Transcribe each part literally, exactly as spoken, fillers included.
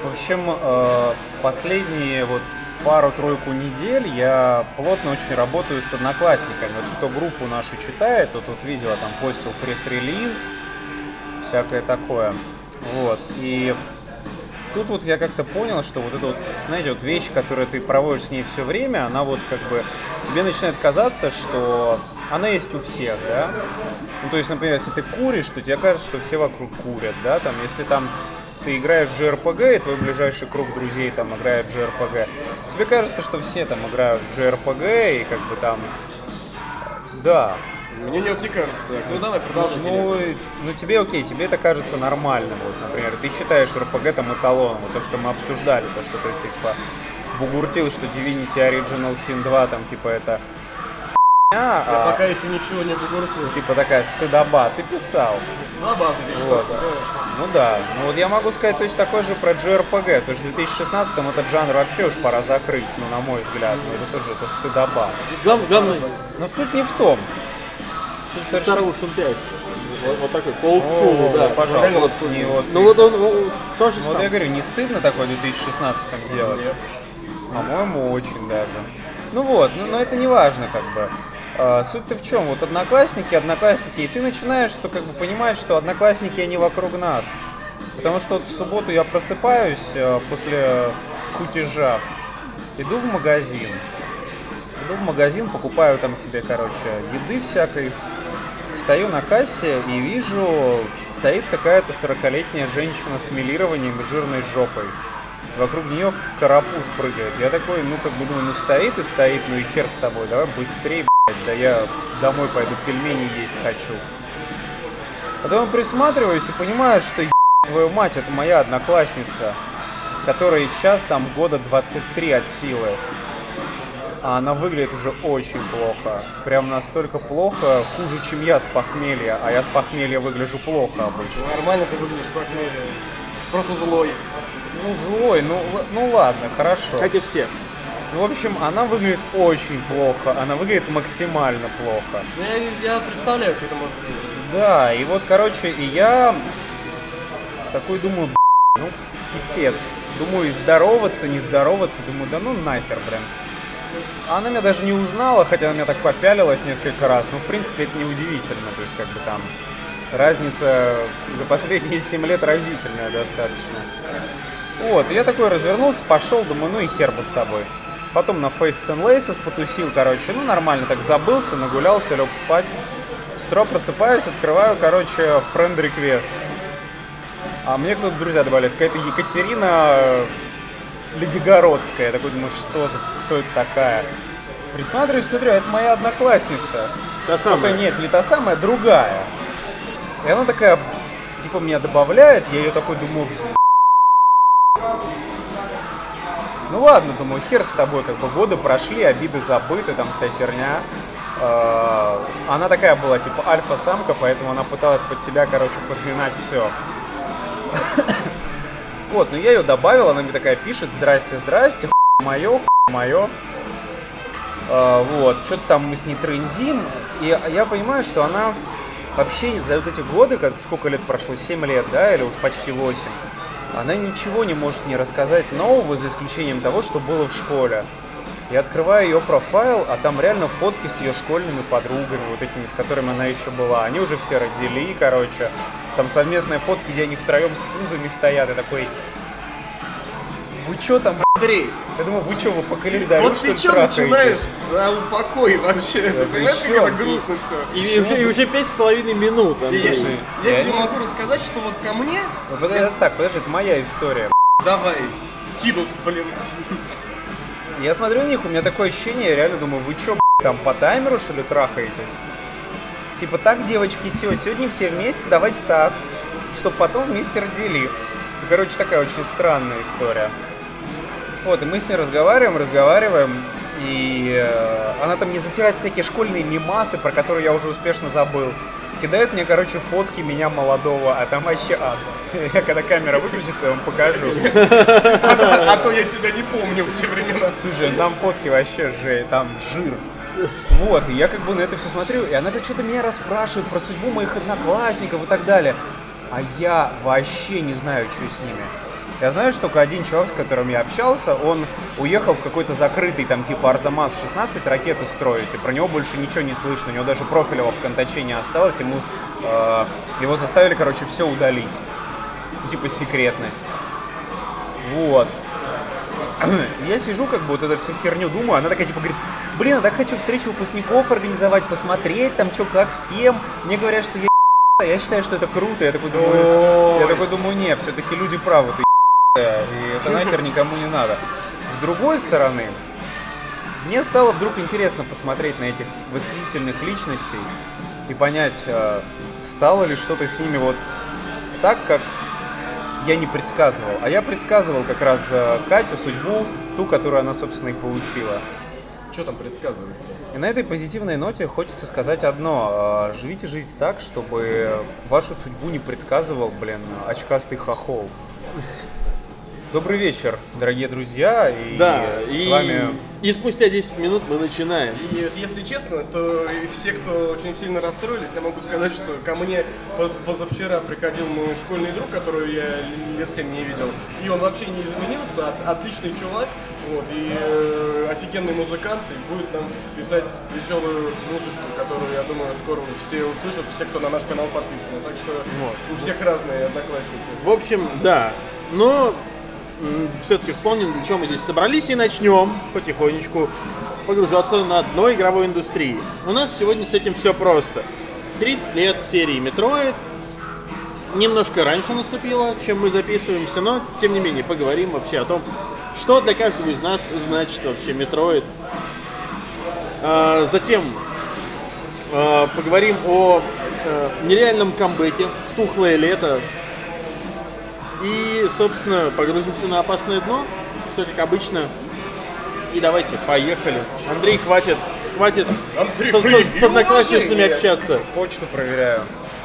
В общем, э, последние вот пару-тройку недель я плотно очень работаю с одноклассниками. Вот кто группу нашу читает, тот вот видел, я там постил пресс-релиз, всякое такое. Вот. И тут вот я как-то понял, что вот эта вот, знаете, вот вещь, которую ты проводишь с ней все время, она вот как бы тебе начинает казаться, что она есть у всех, да? Ну, то есть, например, если ты куришь, то тебе кажется, что все вокруг курят, да? Там, если там ты играешь в джей ар пи джи, и твой ближайший круг друзей там играет в джей ар пи джи, тебе кажется, что все там играют в джей ар пи джи, и как бы там... Да. Мне не, вот не кажется, так. Ну давай, продолжай. Ну, ну тебе окей, тебе это кажется нормальным, вот, например, ты считаешь эр пи джи там эталоном, вот то, что мы обсуждали, то, что ты типа бугуртил, что Divinity Original Sin два там типа это я а, пока еще ничего не бугуртил. Типа такая стыдоба, ты писал. Стыдоба, ты пишешь, вот. конечно. Ну да, ну вот я могу сказать точно такое же про джей ар пи джи, то есть в две тысячи шестнадцатом этот жанр вообще уж пора закрыть, ну на мой взгляд, ну это тоже, это стыдоба. Главное, но суть не в том. Star Ocean пять. Вот, вот такой, по олдскулу, да. Пожалуйста. Вот, не, вот, ну вот он, он тоже вот сам. я говорю, не стыдно такое в две тысячи шестнадцатом делать? Нет. По-моему, очень даже. Ну вот, ну, но это не важно как бы. А, суть-то в чем? Вот одноклассники, одноклассники, и ты начинаешь что, как бы, понимать, что одноклассники, они вокруг нас. Потому что вот в субботу я просыпаюсь а, после кутежа, иду в магазин. Иду в магазин, покупаю там себе, короче, еды всякой. Стою на кассе и вижу, стоит какая-то сорокалетняя женщина с милированием и жирной жопой. Вокруг нее карапуз прыгает. Я такой, ну как бы думаю, ну стоит и стоит, ну и хер с тобой, давай быстрее, блядь, да я домой пойду пельмени есть хочу. Потом я присматриваюсь и понимаю, что ебать твою мать, это моя одноклассница, которой сейчас там года двадцать три от силы. А она выглядит уже очень плохо. Прям настолько плохо, хуже, чем я с похмелья. А я с похмелья выгляжу плохо обычно. Нормально ты выглядишь с похмелья. Просто злой. Ну, злой, ну, ну ладно, хорошо. Как и все. Ну, в общем, она выглядит очень плохо. Она выглядит максимально плохо. Я, я представляю, как это может быть. Да, и вот, короче, и я такой думаю, ну, пипец. Думаю, здороваться, не здороваться. Думаю, да ну нахер, блин. Она меня даже не узнала, хотя она меня так попялилась несколько раз. Ну, в принципе, это неудивительно. То есть, как бы там разница за последние семь лет разительная достаточно. Вот, и я такой развернулся, пошел, думаю, ну и хер бы с тобой. Потом на Faces and Laces потусил, короче, ну нормально так забылся, нагулялся, лег спать. С утра просыпаюсь, открываю, короче, friend request. А мне кто-то друзья добавились, какая-то Екатерина Ледигородская. Я такой думаю, что за, кто это такая? Присматриваюсь, смотрю, это моя одноклассница. Та самая? Только нет, не та самая, другая. И она такая, типа, меня добавляет, я ее такой думаю, ну ладно, думаю, хер с тобой, как бы годы прошли, обиды забыты, там вся херня. Она такая была, типа, альфа-самка, поэтому она пыталась под себя, короче, подминать все. Вот, ну я ее добавил, она мне такая пишет, здрасте, здрасте, хуй мое, хуй мое. Вот, что-то там мы с ней трындим, и я понимаю, что она вообще за вот эти годы, как, сколько лет прошло, семь лет, да, или уж почти восемь, она ничего не может мне рассказать нового, за исключением того, что было в школе. Я открываю ее профайл, а там реально фотки с ее школьными подругами, вот этими, с которыми она еще была. Они уже все родили, короче. Там совместные фотки, где они втроем с пузами стоят. Я такой, вы че там, Андрей? Я думаю, вы что, вы по календарю, вот что ты ли, что трахаетесь? начинаешь за упокой вообще? Да ты понимаешь, ты как чё? это грустно все? И, и, уже, и уже пять с половиной минут. Я, Андрей. Слушай, я я тебе не- могу рассказать, что вот ко мне... Ну, подожди, это так, подожди, это моя история. Давай, Тидус, блин. Я смотрю на них, у меня такое ощущение, я реально думаю, вы что, там по таймеру, что ли, трахаетесь? Типа, так, девочки, все, сегодня все вместе, давайте так, чтобы потом вместе родили. И, короче, такая очень странная история. Вот, и мы с ней разговариваем, разговариваем, и э, она там не затирает всякие школьные мемасы, про которые я уже успешно забыл. Кидает мне, короче, фотки меня молодого, а там вообще ад. Я когда камера выключится, я вам покажу. А то я тебя не помню в те времена. Слушай, там фотки вообще же, там жир. Вот, и я как бы на это все смотрю, и она-то что-то меня расспрашивает про судьбу моих одноклассников и так далее. А я вообще не знаю, что с ними. Я знаю, что только один чувак, с которым я общался, он уехал в какой-то закрытый, там, типа Арзамас шестнадцать ракету строить, и про него больше ничего не слышно, у него даже профиля во ВКонтаче не осталось, ему, э, его заставили, короче, все удалить. Ну, типа секретность. Вот. Я сижу, как бы, вот эту всю херню думаю, она такая, типа, говорит, блин, я так хочу встречу выпускников организовать, посмотреть, там, что, как, с кем. Мне говорят, что я я считаю, что это круто, я такой думаю, я такой думаю, не, все-таки люди правы, ты и это нахер никому не надо. С другой стороны, мне стало вдруг интересно посмотреть на этих восхитительных личностей и понять, стало ли что-то с ними вот так, как я не предсказывал. А я предсказывал как раз Кате судьбу, ту, которую она, собственно, и получила. Что там предсказывать-то? И на этой позитивной ноте хочется сказать одно. Живите жизнь так, чтобы вашу судьбу не предсказывал, блин, очкастый хохол. Добрый вечер, дорогие друзья, и да, с и... вами... И спустя десять минут мы начинаем. И если честно, то все, кто очень сильно расстроились, я могу сказать, что ко мне позавчера приходил мой школьный друг, которого я лет семь не видел, и он вообще не изменился, отличный чувак, вот, и э, офигенный музыкант, и будет нам писать веселую музычку, которую, я думаю, скоро все услышат, все, кто на наш канал подписаны, так что вот. У всех разные одноклассники. В общем, да, но... все-таки вспомним, для чего мы здесь собрались, и начнем потихонечку погружаться на дно игровой индустрии. У нас сегодня с этим все просто. тридцать лет серии Metroid. Немножко раньше наступило, чем мы записываемся, но, тем не менее, поговорим вообще о том, что для каждого из нас значит вообще Metroid. А, затем а, поговорим о а, нереальном камбэке в тухлое лето. И, собственно, погрузимся на опасное дно, все как обычно. И давайте, поехали. Андрей, хватит, хватит Андрей, со, со, с одноклассницами общаться. Почту проверяю.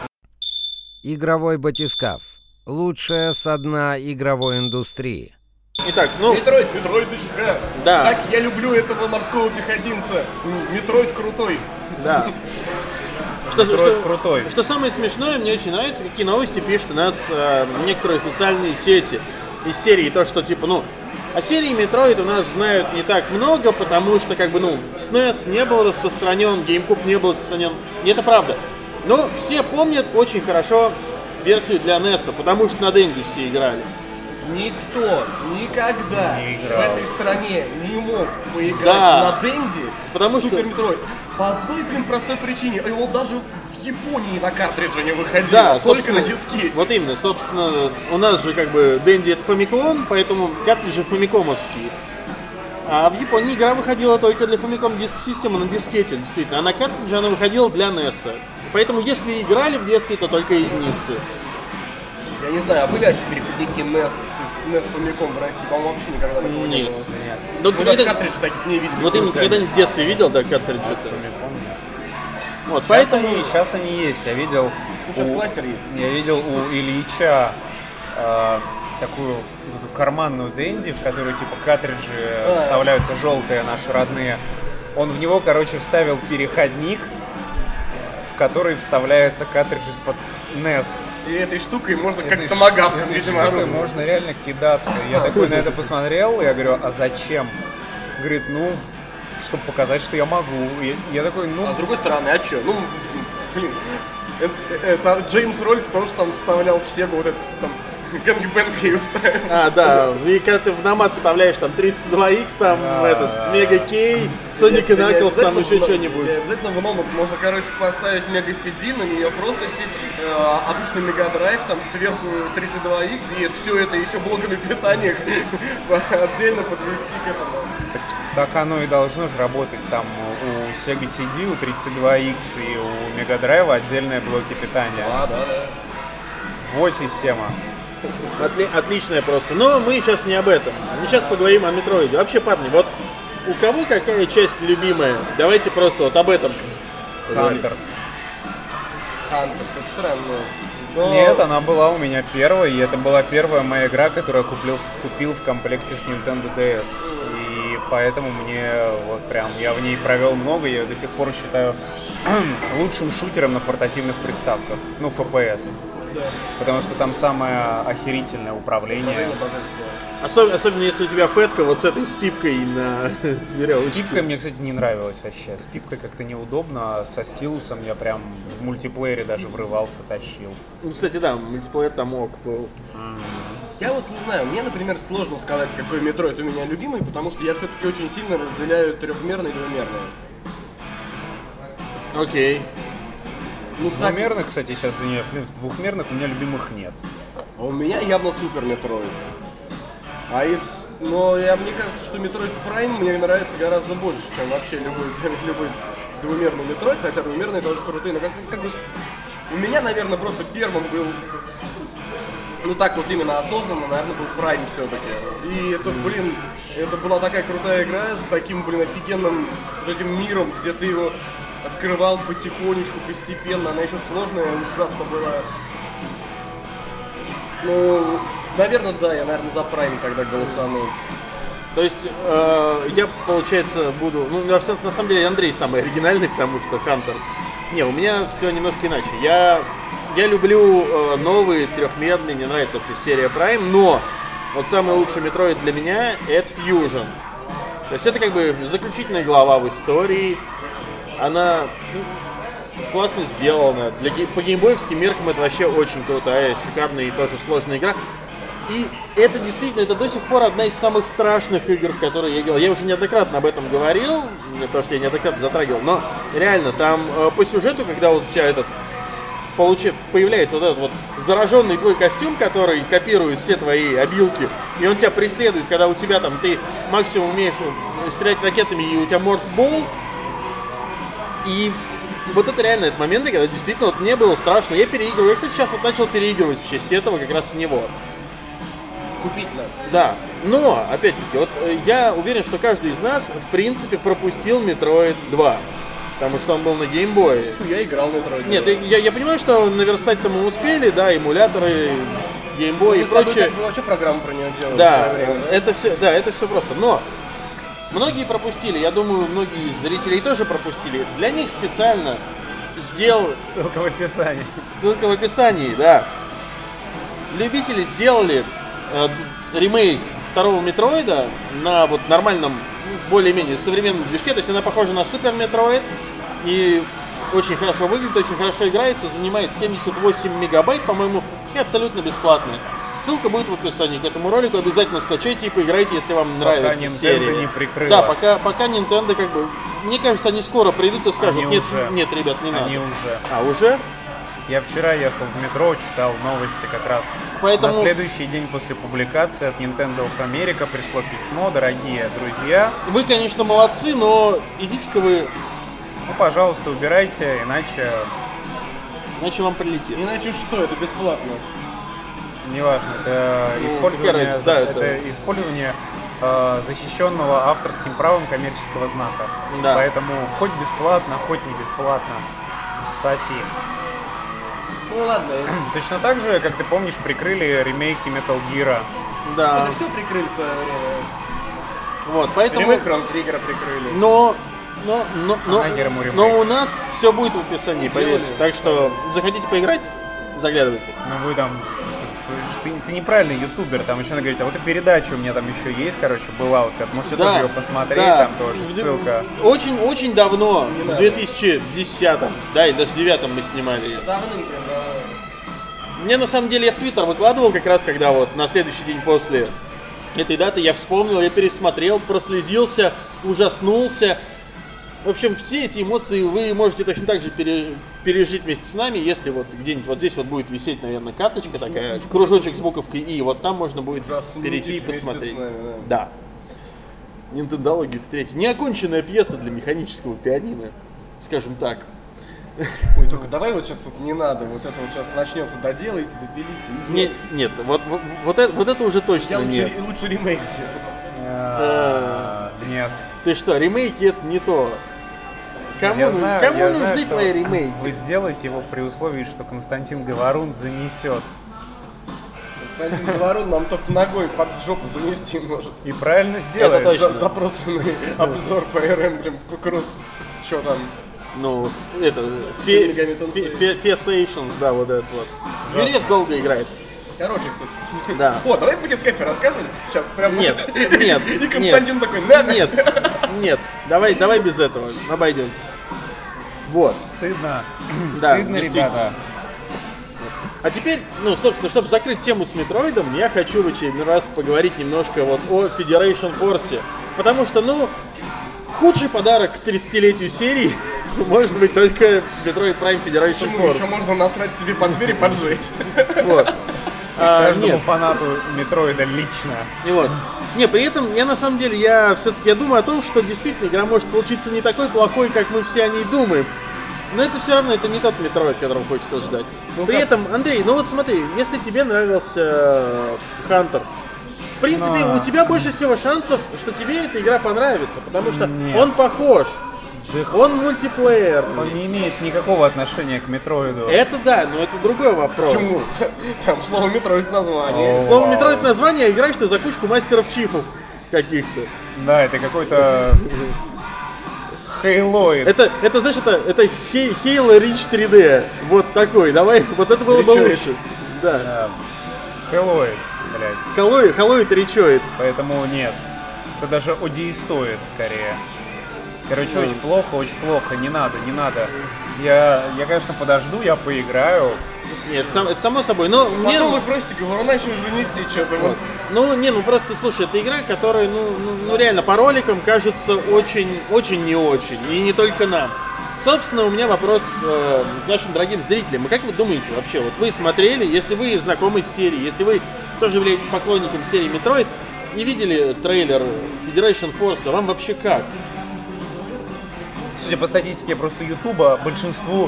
Игровой батискаф. Лучшее со дна игровой индустрии. Итак, ну... Метроид, Метроидочка. Да. Так я люблю этого морского пехотинца. Метроид крутой. Да. Что, Метроид что, крутой. Что самое смешное, мне очень нравится, какие новости пишут у нас э, некоторые социальные сети из серии. То, что типа, ну, о серии Metroid у нас знают не так много, потому что, как бы, ну, эс эн и эс не был распространен, GameCube не был распространен. И это правда. Но все помнят очень хорошо версию для эн и эс, потому что на Денди все играли. Никто никогда Не в играл. этой стране не мог поиграть Да. на Денди Потому в что- Супер Метроид. По одной, блин, простой причине. Его даже в Японии на картридже не выходило, Да, только собственно, на дискете. Вот именно, собственно, у нас же как бы Денди это Famicom, поэтому картриджи фамикомовские. А в Японии игра выходила только для Famicom Disk System на дискете, действительно. А на картридже она выходила для эн и эс. Поэтому если играли в детстве, то только единицы. Я не знаю, а были вообще переходники эн и эс, эн и эс Famicom в России? По-моему, вообще никогда такого не Нет. было. Ну, Мы ты даже когда- картриджи таких не видели. Вот именно, ты когда-нибудь в детстве видел, да, картриджи? Вот, Сейчас, поэтому... они, сейчас они есть. Я видел, Ну, сейчас у- кластер есть. я видел у Ильича э, такую, такую карманную Денди, в которую типа картриджи А. вставляются желтые, наши родные. Он в него, короче, вставил переходник, в который вставляется картридж из-под эн и эс. И этой штукой можно Этой как ш- томагавком, этой видимо, штукой орудовать. можно реально кидаться. Я такой на это посмотрел, и я говорю, а зачем? Говорит, ну, чтобы показать, что я могу. И я такой, ну, А с другой стороны, а чё? Ну, блин, это, это Джеймс Рольф тоже там вставлял в Сегу вот этот там гэнгбэнг и устраивал. А, да, и когда ты в намат вставляешь там тридцать два икс, там Да, этот, да. Мега Кей, Соник и Не- не Наклз, там обязательно еще в- что-нибудь. не обязательно в номад, можно, короче, поставить мега си ди, на нее просто си- э, обычный мегадрайв, там сверху тридцать два икс, и все это еще блоками питания отдельно подвести к этому. так оно и должно же работать. Там у Sega си ди, у тридцать два икс и у Mega Drive отдельные блоки питания. А, да, да. Во система. Отли- отличная просто. Но мы сейчас не об этом. Мы сейчас поговорим о Метроиде. Вообще, парни, вот у кого какая часть любимая? Давайте просто вот об этом поговорим. Hunters. Хантерс, это странно. Но- Нет, она была у меня первой, и это была первая моя игра, которую я купил, купил в комплекте с Nintendo ди эс. И поэтому мне вот прям, я в ней провел много, я ее до сих пор считаю лучшим шутером на портативных приставках. Ну, эф пи эс. Да. Потому что там самое охерительное управление. Управление божественное. Особ- особенно если у тебя фетка вот с этой с пипкой на С веревочке. пипкой мне, кстати, не нравилось вообще. С пипкой как-то неудобно, а со стилусом я прям в мультиплеере даже врывался, тащил. Ну, кстати, да, мультиплеер там ок был. Я вот не знаю, мне, например, сложно сказать, какой Metroid у меня любимый, потому что я все-таки очень сильно разделяю трехмерное и двумерное. Окей. Ну, так, Двумерных, кстати, сейчас за нее, в двухмерных у меня любимых нет. а у меня явно супер Metroid. А из... Но я, мне кажется, что Metroid Prime мне нравится гораздо больше, чем вообще любой, любой двумерный Metroid, хотя двумерные тоже крутые, но как, как бы... У меня, наверное, просто первым был... Ну так вот именно осознанно, наверное, был Prime все-таки. И это, блин, это была такая крутая игра с таким, блин, офигенным вот этим миром, где ты его открывал потихонечку, постепенно. Она еще сложная, ужасно была. Ну, наверное, да, я, наверное, за Prime тогда голосанул. То есть э, я, получается, буду... Ну, на на самом деле, Андрей самый оригинальный, потому что Hunters. Не, у меня все немножко иначе. Я, я люблю э, новые трехмерные, мне нравится вообще серия Prime, но вот самый лучший Metroid для меня — это Fusion. То есть это как бы заключительная глава в истории. Она ну, классно сделана. Для, ге- по геймбоевским меркам это вообще очень крутая, шикарная и тоже сложная игра. И это действительно, это до сих пор одна из самых страшных игр, в которые я играл. Я уже неоднократно об этом говорил, потому что я неоднократно затрагивал, но реально там э, по сюжету, когда вот у тебя этот получи, появляется вот этот вот зараженный твой костюм, который копирует все твои обилки, и он тебя преследует, когда у тебя там, ты максимум умеешь стрелять ракетами, и у тебя морфбол. И вот это реально это моменты, когда действительно вот мне было страшно. Я переигрываю. Я, кстати, сейчас вот начал переигрывать в честь этого как раз в него. Купить надо. Да, но, опять-таки, вот э, я уверен, что каждый из нас, в принципе, пропустил Metroid два. Потому что он был на геймбое. Чу, я играл в Metroid. Нет, я, я понимаю, что наверстать-то мы успели, да, эмуляторы, геймбой и Мы с тобой прочее. как бы вообще программу про него делали в Да, свое время, да? это все, да, это все просто. Но многие пропустили, я думаю, многие из зрителей тоже пропустили. Для них специально сделал Ссылка в описании. ссылка в описании, да. Любители сделали э, д- ремейк второго Метроида на вот нормальном, ну, более-менее современном движке. То есть она похожа на Супер Метроид и очень хорошо выглядит, очень хорошо играется, занимает семьдесят восемь мегабайт, по-моему, и абсолютно бесплатная. Ссылка будет в описании к этому ролику. Обязательно скачайте и поиграйте, если вам нравится Nintendo серия. не прикрыла. Да, пока, пока Nintendo как бы... Мне кажется, они скоро придут и скажут, Они нет, уже. нет, ребят, не надо. Они уже. А, уже? Я вчера ехал в метро, читал новости как раз. Поэтому- На следующий день после публикации от Nintendo of America пришло письмо: дорогие друзья, Вы, конечно, молодцы, но идите-ка вы, ну, пожалуйста, убирайте, иначе иначе вам прилетит. Иначе что, это бесплатно. неважно. Это Ну, использование, какая разница, да, это... это- использование э, защищенного авторским правом коммерческого знака. Да. Поэтому хоть бесплатно, хоть не бесплатно, соси. Ну ладно, Точно так же, как ты помнишь, прикрыли ремейки Metal Gear. Да. это все прикрыли в свое время. Вот, поэтому... Ремейк Хрон Кригера прикрыли. Но, но, но, но, А нахер ему ремейк? но у нас все будет в описании, Делали. поверьте. Так что захотите поиграть, заглядывайте. Ну вы там, ты, ты- ты неправильный ютубер, там еще надо говорить, а вот и передача у меня там еще есть, короче, была, вот, как- можете тоже ее посмотреть, да. там тоже В- ссылка. Очень-очень давно, Не в надо. две тысячи десятом, да, или даже девятом мы снимали ее. Давным-прям, да. Мне на самом деле я в Твиттер выкладывал как раз, когда вот на следующий день после этой даты я вспомнил, я пересмотрел, прослезился, ужаснулся. В общем, все эти эмоции вы можете точно так же пере- пережить вместе с нами, если вот где-нибудь вот здесь вот будет висеть, наверное, карточка такая, кружочек с буковкой «И», вот там можно будет Ужаснитесь перейти и вместе посмотреть. с нами, Да. Нинтендология три. Неоконченная пьеса для механического пианино, скажем так. Ой, только давай вот сейчас вот не надо, вот это вот сейчас начнется, доделайте, допилите. Нет, нет, вот, вот, вот это, вот это уже точно Я лучше, нет. ре- лучше ремейк сделать. А, Нет. Ты что, ремейки это не то. Кому, Я ну- знаю, кому я нужны знаю, что твои ремейки? Вы сделаете его при условии, что Константин Говорун занесет. Константин Говорун нам только ногой под жопу занести может. И правильно сделает. Это точно. За, запросленный обзор Fire Emblem Cross. Что там? Ну, это... Шин Мегами Тенсей. Фесейшнс, да, вот этот вот. Юрец долго играет. Хороший, кстати. Да. О, давай батискафе расскажем. Сейчас прям. Нет, нет, И Константин такой, да, Нет, нет, давай, давай без этого, обойдемся. Вот. Стыдно. Да, Стыдно, действительно. ребята. А теперь, ну, собственно, чтобы закрыть тему с Метроидом, я хочу в очередной раз поговорить немножко вот о Federation Force. Потому что, ну, худший подарок к тридцатилетию серии может быть только Metroid Prime Federation Почему Force. еще можно насрать тебе под дверь и поджечь? Вот. А, Каждому нет. фанату Метроида лично. И вот. Не, при этом я на самом деле, я все-таки я думаю о том, что действительно игра может получиться не такой плохой, как мы все о ней думаем. Но это все равно, это не тот Метроид, которого хочется ждать. Ну, При как? этом, Андрей, ну вот смотри, если тебе нравился Hunters, в принципе, Но- у тебя больше всего шансов, что тебе эта игра понравится, потому что Нет. он похож, Да он мультиплеер. Он не имеет никакого отношения к Метроиду. Это да, но это другой вопрос. Почему? Там слово метроид название. О. Слово Вау. Метроид название, а играешь ты за кучку мастеров чифов каких-то. Да, это какой-то Хейлоид. Это, это, знаешь, это, это Хей- Halo Reach три дэ. Вот такой, давай, вот это было бы Ричоид. лучше. Да. Да. Хейлоид, блядь. Халой, Халой это Ричоид. Поэтому нет. Это даже одейстоид скорее. Короче, Ну. очень плохо, очень плохо. Не надо, не надо. Я, я, конечно, подожду, я поиграю. Нет, сам- это само собой, но мне... Потом вы просите говоруна еще занести что-то. Вот. Ну, не, ну просто, слушай, это игра, которая, ну, ну, ну, реально, по роликам кажется очень, очень не очень. И не только нам. Собственно, у меня вопрос э, к нашим дорогим зрителям. А как вы думаете вообще, вот вы смотрели, если вы знакомы с серией, если вы тоже являетесь поклонником серии Metroid и видели трейлер Federation Force, вам вообще как? Судя по статистике просто Ютуба, большинству,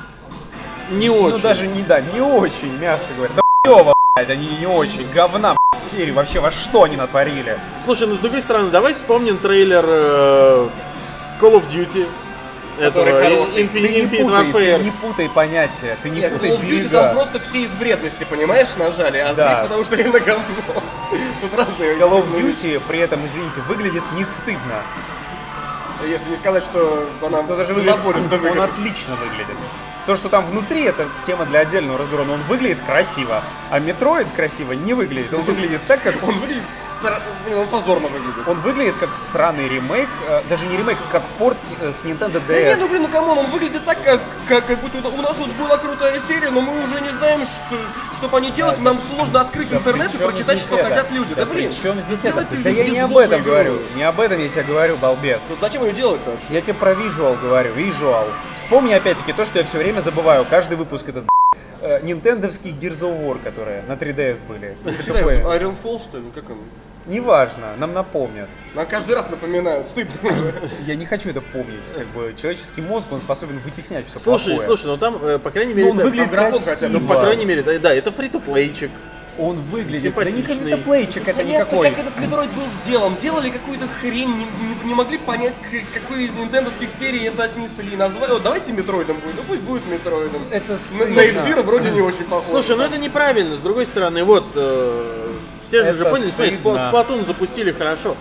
Не очень. ну даже не да, не очень, мягко говоря. Да хуёво, блядь, они не очень. Говна, блядь, серии. Вообще, во что они натворили? Слушай, ну с другой стороны, давай вспомним трейлер э, Call of Duty. Который Этого, хороший. Infin- Ты не Infinite путай, Warfare. ты не путай понятия, ты не Нет, путай Call of Duty берега. там просто все из вредности, понимаешь, нажали, а Да. здесь потому что реально говно. Тут разные. Call of разные Duty при этом, извините, выглядит не стыдно. вещи. Если не сказать, что она Это даже в выглядит, заборе, что он выглядит. отлично выглядит. То, что там внутри, это тема для отдельного разговора, но он выглядит красиво. А Metroid красиво не выглядит. Он выглядит так, как... Он выглядит стар... блин, он позорно выглядит. Он выглядит как сраный ремейк, э, даже не ремейк, как порт с, с Nintendo Да не, ну ди эс. блин, ну камон, он выглядит так, как, как, как будто у нас вот была крутая серия, но мы уже не знаем, что, что по ней делать, нам сложно открыть Да интернет и при чём прочитать, здесь что это? хотят люди. Да, Да блин, при чем здесь сделай это? ты Да я не об визуальную этом игру. говорю. Не об этом я тебе говорю, балбес. Ну зачем ее делать-то вообще? Я тебе про визуал говорю, визуал. Вспомни опять-таки то, что я все время забываю. Каждый выпуск этот э, нинтендовский Gears of War, которые на три дэ эс были. Читай, Такое. Iron Fall, что ли? Как он? Неважно, нам напомнят. Нам каждый раз напоминают, стыдно уже. Я не хочу это помнить. Как бы человеческий мозг, он способен вытеснять все Слушай, плохое. слушай, ну там, э, по крайней мере, Ну, он это- выглядит графон красиво. хотя бы, ну, по крайней мере, да, да, это фри-то-плейчик. Он выглядит, да не как Симпатичный. это плейчик, это Понятно, никакой. как этот Metroid был сделан. Делали какую-то хрень, не, не- не могли понять, к какой из нинтендовских серий это отнесли. Назвали, о, давайте Метроидом будет, ну пусть будет Метроидом. Это На, стыдно. на F-Zero вроде не очень похоже. Слушай, ну это неправильно, с другой стороны, вот, э, все же Это уже поняли, смотри, стыдно. Спла- Splatoon запустили хорошо.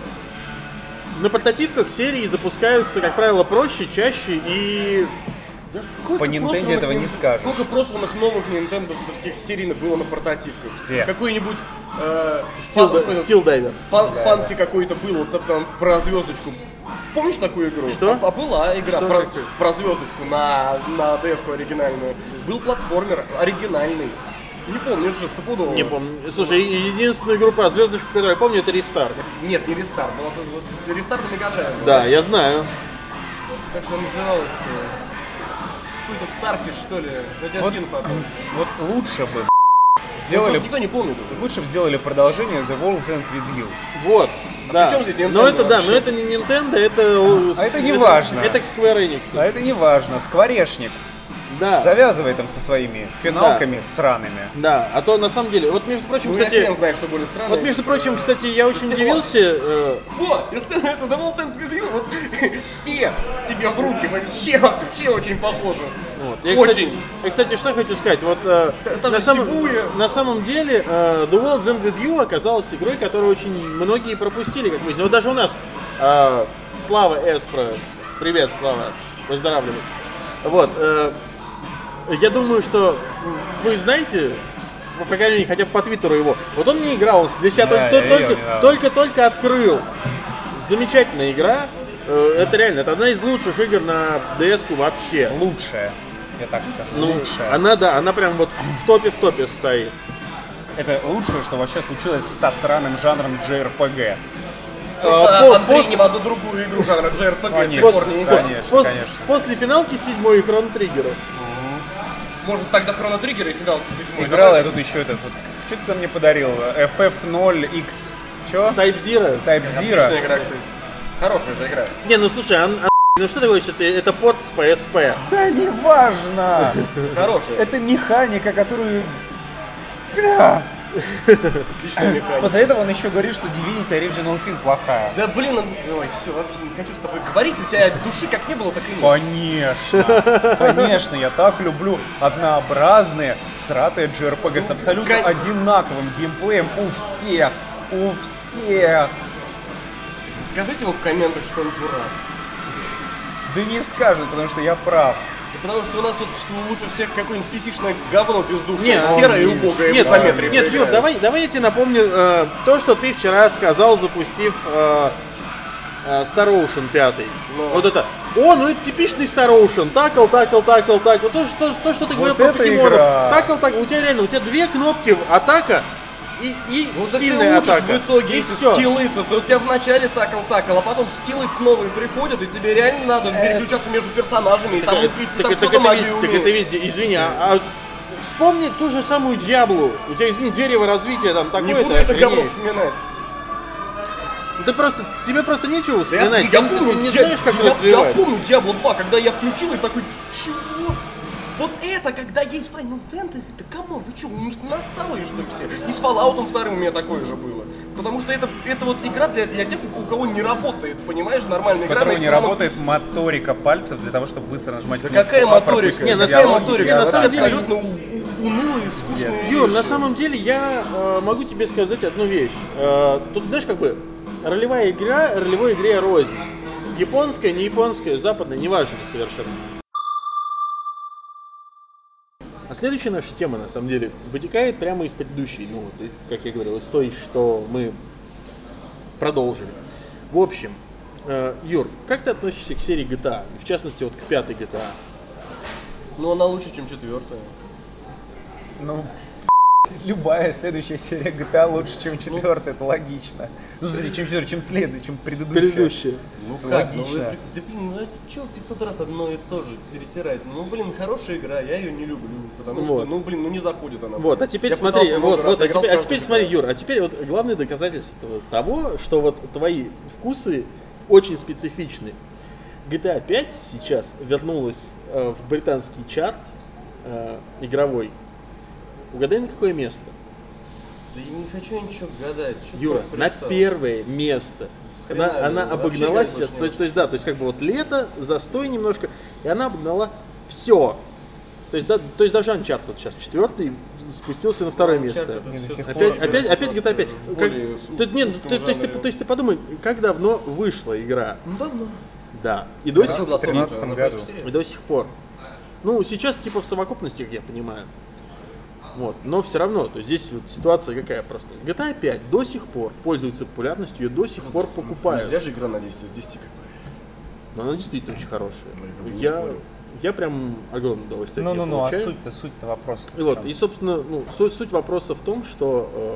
На портативках серии запускаются, как правило, проще, чаще и... Да сколько По Nintendo просранных этого не нин- скажешь. Сколько просранных новых нинтендовских серий было на портативках? Все. Какой-нибудь э, Стил, фан- этот, Стил Дайвер. фан- Да, фанки какой-то был, вот там про звездочку. Помнишь такую игру? Что? А, а была игра Что про, такое? про звездочку на, на ди эс-ку оригинальную. Был платформер оригинальный. Не помнишь же, стопудово. Не помню. Слушай, е- единственную игру про звездочку, которую я помню, это Restart. Нет, не Рестарт. Была вот, Рестарт на Мегадрайве. Да, я знаю. Как же называлось-то? Какой-то Старфиш, что ли? Я тебя Вот, скину потом. вот лучше бы Сделали... сделали, Никто не помнит уже. лучше бы сделали продолжение The World Ends With You. Вот, да. при чем здесь Nintendo но это да, вообще? но это не Nintendo, это... А это не важно. Это к Square Enix. А это не важно. Скворечник. Да. Завязывай там со своими финалками сраными. Да, а то на самом деле, вот между прочим, Ну, я кстати... хрен знает, что более странное. Вот между прочим, кстати, я очень Кстати, удивился. э, О, если это The World Ends With You, вот фе тебе в руки, вообще, вообще очень похоже. Вот. Я, Очень. Кстати, я, кстати, что хочу сказать, вот э, Это на, же самом, Сибуя. на самом деле э, The World Ends With You оказалась игрой, которую очень многие пропустили, как мы видим. Вот даже у нас э, Слава Эспро, привет, Слава, поздравляю. Вот. Э, я думаю, что вы знаете, по крайней мере, хотя бы по твиттеру его. Вот он не играл, он для себя Да, только, я только, видел, только, только открыл. Замечательная игра. Э, это реально, это одна из лучших игр на ди эс-ку вообще. Лучшая, я так скажу, Ну, лучшая. она, да, она прям вот в топе в топе стоит. Это лучшее, что вообще случилось со сраным жанром джей ар пи джи. Просто по- Андрей пос- ни в одну другую игру жанра джей ар пи джи с тех Конечно, пор не играл. конечно. Пос- конечно. После финалки седьмой и Хрон Триггера. Может тогда Хроно Триггер и финал седьмой. Играл я тут еще этот вот. Что ты там мне подарил? эф эф ноль икс. Чё? Type Zero. Type Отличная Zero. игра, кстати. Хорошая же игра. Не, ну слушай, ан- ан- ну что такое, что ты, это порт с пи эс пи? Да не важно. Хорошая. Это механика, которую... Бля. Отличная механика. После этого он еще говорит, что Divinity Original Sin плохая. Да блин, он- ой, все, вообще не хочу с тобой говорить, у тебя души как не было, так и нет. Конечно, конечно, я так люблю однообразные сратые джей ар пи джи с абсолютно Кон- одинаковым геймплеем у всех, у всех. Скажите ему в комментах, что он дурак. Да не скажут, потому что я прав. Да потому что у нас вот лучше всех какое-нибудь писишное говно бездушное, Не, он серое и не- убогое Нет, в изометрии нет, Юр, поиграет. давай, давай я тебе напомню э, то, что ты вчера сказал, запустив э, э, Star Ocean пять. Ну. Вот это. О, ну это типичный Star Ocean. Такл, такл, такл, такл. То, что, то, что ты говорил про это покемонов. игра. Такл, такл. У тебя реально, у тебя две кнопки атака и, и Ну так ты сильная учишь атака. в итоге и эти все. скиллы-то, то у тебя вначале такал-такал, а потом скиллы новые приходят, и тебе реально надо переключаться между персонажами, и там, и ты Так, там так кто-то это, магию везде, так умеет. это везде, извини, а, а вспомни ту же самую Диаблу. У тебя, извини, дерево развития там такое. Не буду это говно вспоминать. Ты просто, тебе просто нечего Да я, вспоминать. я Ты- ты помню, не Ди- знаешь, как я, я развивать. помню Diablo два, когда я включил и такой, чего? Вот это, когда есть Final Fantasy, да камон, вы что, на отсталые что ли все? И с Fallout вторым у меня такое же было. Потому что это, это вот игра для, для тех, у кого не работает, понимаешь, нормальная У игра. которого на не экраном работает пи си. моторика пальцев для того, чтобы быстро нажимать Да кнопку какая А, моторика? пропустить Не, на какая самом- моторика? не, на Это самом деле- абсолютно у- у- унылые, скучные Юр, вещи. на самом деле я э, могу тебе сказать одну вещь. Э, тут, знаешь, как бы ролевая игра, ролевой игре рознь. Японская, не японская, западная, неважно совершенно. А следующая наша тема, на самом деле, вытекает прямо из предыдущей, ну, вот, и, как я говорил, из той, что мы продолжили. В общем, э, Юр, как ты относишься к серии джи ти эй? В частности, вот к пятой джи ти эй? Ну она лучше, чем четвертая. Ну, любая следующая серия джи ти эй лучше, чем четвертая, это логично. Ну, смотри, чем четвертая, чем следующая, чем предыдущая. Предыдущая. Ну Это как, ну логично. вы, да блин, ну а чё пятьсот раз одно и то же перетирать? Ну блин, хорошая игра, я ее не люблю, потому Вот. что, ну блин, ну не заходит она. Вот, а теперь Я смотри, пытался много вот, раз, вот, а играл теперь, а в теперь каждую смотри, игру. Юр, а теперь вот главное доказательство того, что вот твои вкусы очень специфичны. джи ти эй пять сейчас вернулась э, в британский чарт э, игровой. Угадай, на какое место? Да я не хочу ничего гадать. Чё ты Юра, так на пристал? первое место. Хрена Она, ли, она вообще обогнала играть сейчас, больше не то есть, во то есть, да, то есть как бы вот лето, застой немножко, и она обогнала все. То есть, да, то есть даже Uncharted сейчас четвертый спустился на второе Uncharted место. это Не, до всё сих таки пор Опять, опять, опять джи ти эй пять. в Как- более Тут нет, узком то, то есть ты, жанре. то есть ты подумай, как давно вышла игра? Ну давно. Да. И до, Да, сих, в тринадцатом году. и до сих пор. Ну, сейчас типа в совокупности, как я понимаю. Вот. Но все равно, то есть здесь вот ситуация какая просто. джи ти эй пять до сих пор пользуется популярностью, ее до сих пор Не покупают. зря же игра на десять из десяти как бы. Но она действительно очень хорошая. Ну, я как бы не Я, спорю. я прям огромное удовольствие от неё Ну-ну-ну, а получаю. суть-то, суть-то вопрос. И вот, и, собственно, ну, суть, суть вопроса в том, что э,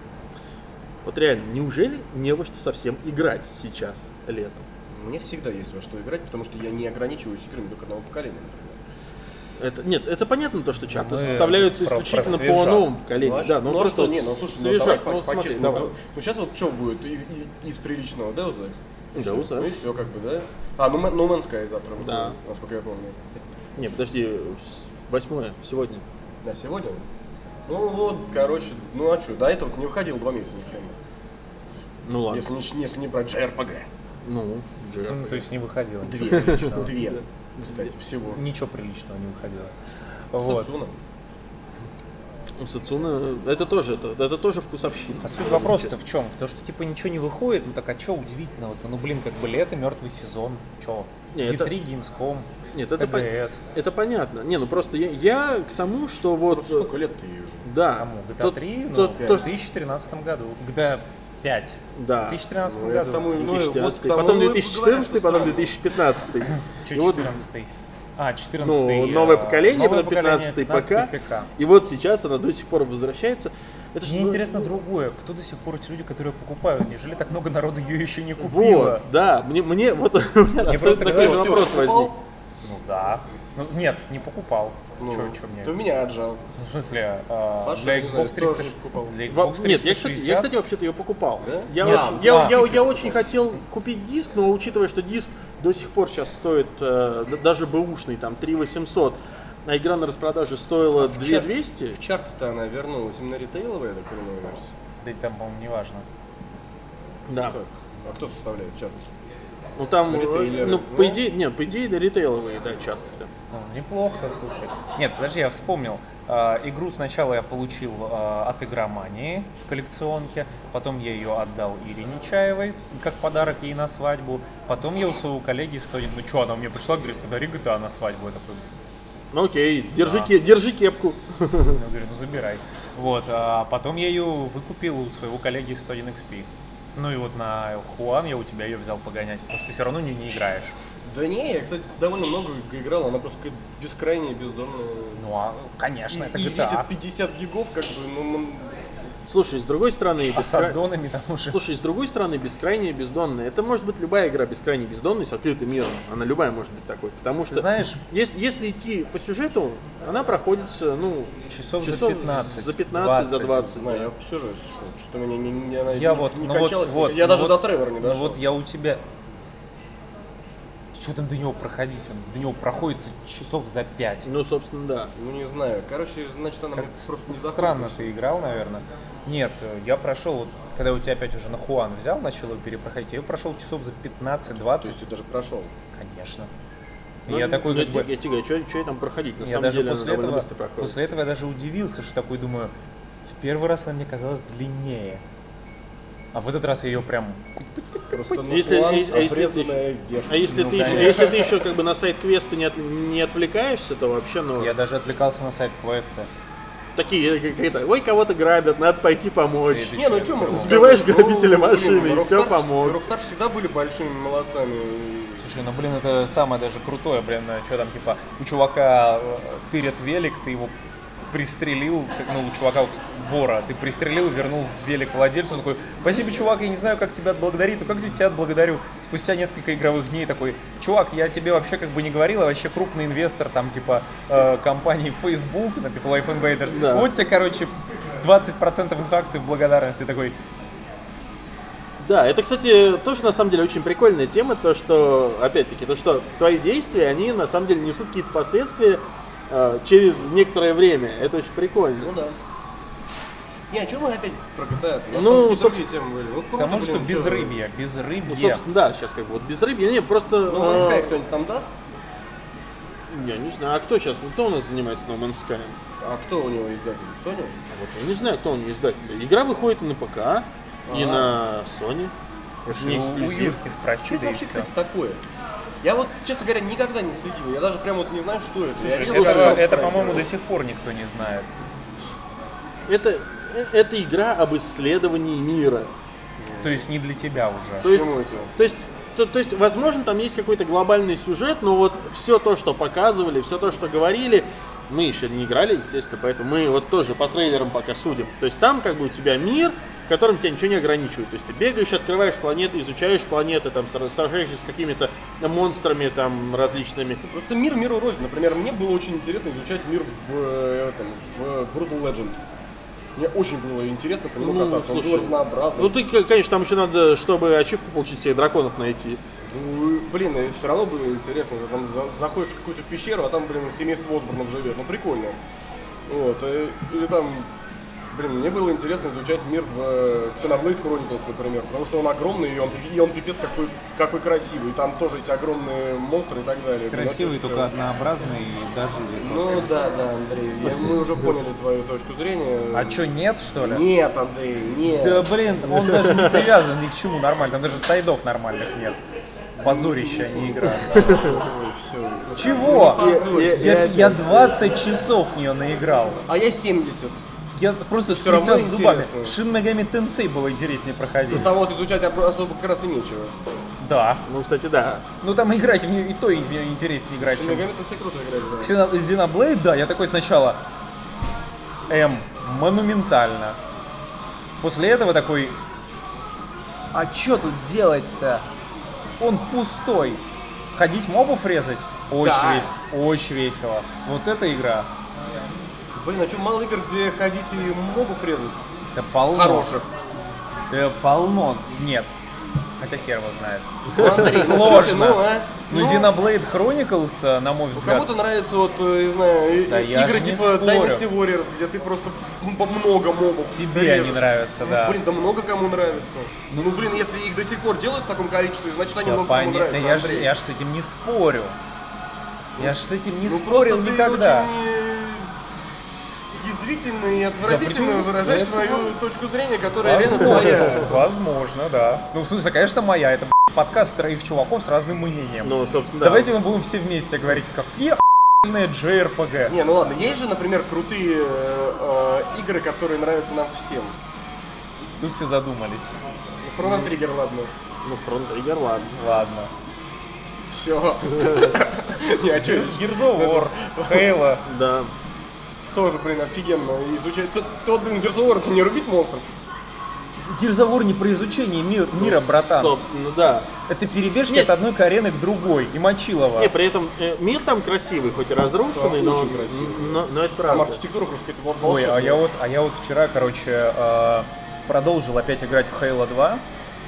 вот реально, неужели не во что совсем играть сейчас, летом? Мне всегда есть во что играть, потому что я не ограничиваюсь играми только одного поколения, например. Это, нет, это понятно, то, что чарты Мы составляются про- исключительно про по свежак. новому поколению. Ну, а да, что- ну, ну, а просто что, не, ну слушай, ну, свежак, давай ну, по- смотри, по-честному. давай. Ну сейчас вот что будет из, из- из приличного? Deus Ex? И Deus всё. Ну и Ex. все, как бы, да? А, ну No Man's Sky завтра выходит, Да. насколько я помню. Не, подожди, с- восьмое, сегодня. Да, сегодня? Ну вот, короче, ну а что, до этого не выходил два месяца ни хрена. Ну ладно. Если не, если не брать джей ар пи джи. Ну, джи ар пи джи. Ну, то есть не выходило. Две, ничего приличного. две, кстати, всего. Ничего приличного не выходило. Вот. Сацуна. Ну, Сацуна, это тоже, это, это тоже вкусовщина. А суть вопроса-то в чем? Потому что типа ничего не выходит, ну так а что удивительного-то? Ну блин, как бы лето, мертвый сезон, чё? Не, и это- три Gamescom, Нет, это, по- ТГС. это понятно. Не, ну просто я, я к тому, что вот... Просто сколько лет ты ей уже? Да. Кому? джи ти эй то- три? Ну, то- в то- две тысячи тринадцатом году. джи ти эй пять. Да. В две тысячи тринадцатом Ну, я году. к тому, ну, две вот тысячи к тринадцатый, тому потом и две тысячи четырнадцатый, говорю, потом что две тысячи пятнадцатый. Чуть И вот, четырнадцатый. А, четырнадцатый. ну, новое э, поколение, новое потом пятнадцатый поколение, ПК. И вот сейчас она до сих пор возвращается. Это ж, Мне ну, интересно другое. Кто до сих пор эти люди, которые покупают? Неужели так много народу ее еще не купило? Вот, да, мне, мне вот у меня Мне абсолютно просто такой говорят, же что ты вопрос его покупал? возник. Ну да. Ну, нет, не покупал. Ну, Чё, чё мне? ты у меня отжал. Ну, в смысле, а, Паша, для не знаю, Xbox триста тоже покупал. для Во- Xbox Нет, я, кстати, триста я, шестьдесят. кстати, вообще-то ее покупал. Да? Я, Нет, очень, а, я, а. я, я очень хотел купить диск, но учитывая, что диск до сих пор сейчас стоит, э, д- даже бэушный, там, три восемьсот, а игра на распродаже стоила В две чат- двести. В чарт-то она вернулась именно ритейловая, я так понимаю, версия. Да и там, по-моему, не важно. Да. Как? А кто составляет чарт? Ну там, э, Ритейлеры. ну, по Ну. идее, нет, по идее, да, ритейловые, да, чарты. Ну, неплохо, слушай. Нет, подожди, я вспомнил. А, игру сначала я получил а, от Игромании в коллекционке, потом я ее отдал Ирине Чаевой, как подарок ей на свадьбу. Потом я у своего коллеги студент, ну что, она мне пришла, говорит, подари джи ти эй на свадьбу. Я такой, Ну окей, держи, Да. ке- держи кепку. я говорю, ну забирай. Вот, а потом я ее выкупил у своего коллеги из сто один икс пи. Ну и вот на Хуан я у тебя ее взял погонять, потому что ты все равно не, не играешь. Да не, я, кстати, довольно много играл, она просто какая-то бескрайняя, бездонная. Ну, а, конечно, это и джи ти эй. весит пятьдесят гигов, как бы, ну, м, Слушай, с другой стороны, А с бескра- аддонами там уже... Слушай, с другой стороны, бескрайняя бездонная. Это может быть любая игра бескрайней бездонной с открытым миром. Она любая может быть такой. Потому что, знаешь- если, если идти по сюжету, она проходится, ну, Часов за пятнадцать, за пятнадцать, за двадцать. двадцать. знаю, да. я все же шел, что-то меня не, не, она Я не, вот, не ну качалась, вот, вот, я ну даже вот, до Тревора не ну дошел. вот я у тебя... Что там до него проходить? Он до него проходит за часов за пять. Ну, собственно, да. Ну не знаю, короче, значит она Как мне просто не странно заходит. ты играл, наверное. Нет, я прошел, вот, когда у тебя опять уже на Хуан взял, начал его перепроходить, я его прошел часов за То пятнадцать-двадцать. есть ты даже прошел. Конечно. И Ну, я такой, я, как бы... я тебе говорю, что я там проходить? На Я самом даже деле, после она довольно этого, быстро проходит. после этого я даже удивился, что такой думаю, в первый раз она мне казалась длиннее. А в этот раз я ее прям... Просто на Если- план если- а если ты- обрезанная версия. А если, Ну, ты еще, конечно. если ты еще как бы на сайт-квесты не, от- не отвлекаешься, то вообще, ну, Я даже отвлекался на сайт квеста. такие, как это, ой, кого-то грабят, надо пойти помочь. Ты- Не, ну что можно Сбиваешь сказать? грабителя Ну, машины, блин, и всё Rockstar- помог. Rockstar всегда были большими молодцами. Слушай, ну блин, это самое даже крутое, блин, что там типа у чувака э, тырят велик, ты его пристрелил, как, ну, у чувака вора, ты пристрелил, вернул велик владельцу, он такой, спасибо, чувак, я не знаю, как тебя отблагодарить, ну как я тебя отблагодарю? Спустя несколько игровых дней такой, чувак, я тебе вообще как бы не говорил, а вообще крупный инвестор, там, типа, э, компании Facebook, на типа Life Invaders, Да. вот тебе, короче, двадцать процентов их акций в благодарности, такой, Да, это, кстати, тоже на самом деле очень прикольная тема, то, что, опять-таки, то, что твои действия, они на самом деле несут какие-то последствия э, через некоторое время. Это очень прикольно. Ну да. Не, а что мы опять про джи ти эй? Ну, Ну, другие собственно, темы были. Ну, круто, потому что блин, чё- безрыбье, Ну, безрыбье. собственно, да, сейчас как бы вот без рыбья. Не, просто... Ну, No Man's э, Sky кто-нибудь там даст? Я не знаю, а кто сейчас, ну, кто у нас занимается No Man's Sky? А кто у него издатель? Sony? Вот, я не знаю, кто он издатель. Игра выходит и на ПК, и А. на Sony. Это же не У- у эксклюзив. Юрки спроси, Что это да и вообще, всё. кстати, такое? Я вот, честно говоря, никогда не следил. Я даже прям вот не знаю, что это. Я видел, Это, как коробка это, красивая. по-моему, до сих пор никто не знает. Это, э, это игра об исследовании мира. То есть не для тебя уже. То есть, Почему это? то есть, то, то есть, возможно, там есть какой-то глобальный сюжет, но вот все то, что показывали, все то, что говорили, мы еще не играли, естественно, поэтому мы вот тоже по трейлерам пока судим. То есть там как бы у тебя мир, в котором тебя ничего не ограничивает. То есть ты бегаешь, открываешь планеты, изучаешь планеты, там сра- сражаешься с какими-то монстрами там различными. Просто мир миру рознь. Например, мне было очень интересно изучать мир в, э, этом, в Brutal Legend. Мне очень было интересно по нему Ну, кататься. Он был слушай, разнообразный. Ну ты, к- конечно, там еще надо, чтобы ачивку получить, всех драконов найти. Ну, блин, и все равно было интересно. Ты там за- заходишь в какую-то пещеру, а там, блин, семейство Осборнов живет. Ну, прикольно. Вот. э, Или там, блин, мне было интересно изучать мир в э, Xenoblade Chronicles, например, потому что он огромный, и он, и он пипец какой, какой красивый. И там тоже эти огромные монстры и так далее. Блин, Красивый, очень только клево. однообразный и дожили. Ну да, да, Андрей, я- мы уже поняли твою точку зрения. А что, нет, что ли? Нет, Андрей, нет. Да блин, он даже не привязан ни к чему нормально, там даже сайдов нормальных нет. позорище, а не игра. Ой, все. Чего? позорься. Я, я двадцать часов в нее наиграл. А я семьдесят. Я просто Всё равно скрипел зубами. интересно. Shin Megami Tensei было интереснее проходить. Ну, там вот изучать особо как раз и нечего. Да. Ну, кстати, да. Ну там играть в нее и то и в нее интереснее играть, Shin чем... Megami тут все круто играть, да. Xeno- Xenoblade, да, я такой сначала М, монументально. После этого такой, а чё тут делать-то? Он пустой. Ходить мобов резать? Очень Да. весело. Очень весело. Вот эта игра. Блин, а что, мало игр, где ходить и мобов резать? Да полно. Хороших. Да полно. Нет. Хотя хер его знает. Смотри, ну Сложно. чё ты, ну, а? Ну, Xenoblade Chronicles, на мой Ну, взгляд, кому-то нравится, вот, э, не знаю, и- Да я игры ж не типа спорю. Dynasty Warriors, где ты просто м- много мобов тебе режешь. они нравятся, Ну, да. блин, да много кому нравится. Ну, ну, блин, если их до сих пор делают в таком количестве, значит они Да много кому понятно, нравятся, я же Андрей. я ж с этим не спорю. Я ж с этим не Ну, спорил просто никогда. Ты очень э, язвительно и отвратительно почему? выражаешь Да, это свою точку зрения, которая реально Возможно, твоя. возможно, да. Ну, в смысле, конечно, моя. Это б***ь, подкаст троих чуваков с разным мнением. Ну, собственно, да. Давайте мы будем все вместе говорить, какие охуенные джей ар пи джи. Не, ну ладно, есть же, например, крутые э, э, игры, которые нравятся нам всем. Тут все задумались. Хроно Триггер, ладно. Ну, Front Trigger, ладно. Ладно. Все. Не, а что, Gears of War, Halo. Да. тоже, блин, офигенно изучать. Тут, тут, блин, Gears of War, это не рубить монстров. Gears of War не про изучение мир- мира, братан. Собственно, да. Это перебежки Нет. от одной арены к другой. И Мочилова. Не, при этом э, мир там красивый, хоть и разрушенный, Да, но, очень красивый. но, но это Там правда. архитектура просто какая-то вол- Ой, а волшебная. я вот, а я вот вчера, короче, э, продолжил опять играть в Halo два.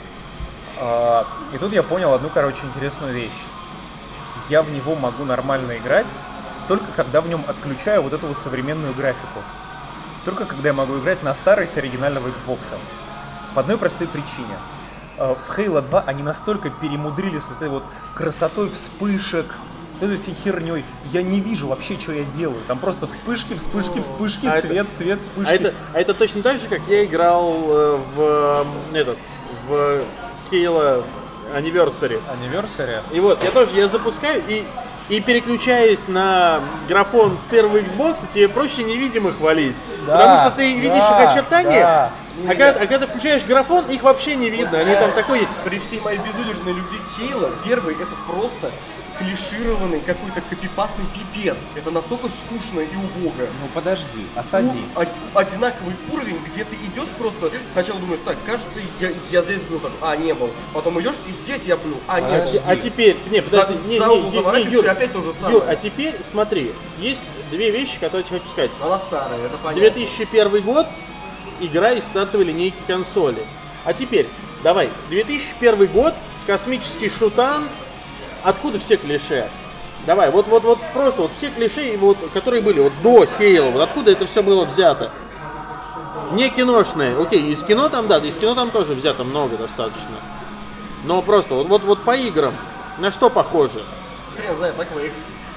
Э, и тут я понял одну, короче, интересную вещь. Я в него могу нормально играть, только когда в нем отключаю вот эту вот современную графику. Только когда я могу играть на старой с оригинального Xbox. По одной простой причине. Э, В Halo два они настолько перемудрили с вот этой вот красотой вспышек, вот этой всей херней. Я не вижу вообще, что я делаю. Там просто вспышки, вспышки, вспышки, А это- свет, свет, вспышки. А это, а это точно так же, как я играл э, в м, этот в Halo Anniversary. Anniversary? И вот, я тоже, я запускаю и, и переключаясь на графон с первого Xbox, тебе проще невидимых валить. Да, потому что ты видишь да, их очертания, да. а, когда, а когда ты включаешь графон, их вообще не видно. Они там такой... При всей моей безудержной любви к Halo, первый это просто клишированный какой-то копипастный пипец. Это настолько скучно и убого. Ну подожди, осади. Ну, од- одинаковый уровень, где ты идешь просто, сначала думаешь, так, кажется, я, я здесь был, так, а, не был. Потом идешь, и здесь я был, а, нет. Подожди. А теперь... Не, подожди, За- не, за не, угол не, не, заворачиваешь, Юр, и опять то же самое. Юр, а теперь смотри, есть две вещи, которые я тебе хочу сказать. Она старая, это понятно. две тысячи первый год, игра из стартовой линейки консоли. А теперь, давай, две тысячи первый год, космический шутан, откуда все клише? Давай, вот, вот, вот просто вот все клише, вот, которые были вот до Halo, вот откуда это все было взято? Не киношные, окей, из кино там, да, из кино там тоже взято много достаточно. Но просто вот, вот, вот по играм, на что похоже? Хрен знает, на Quake.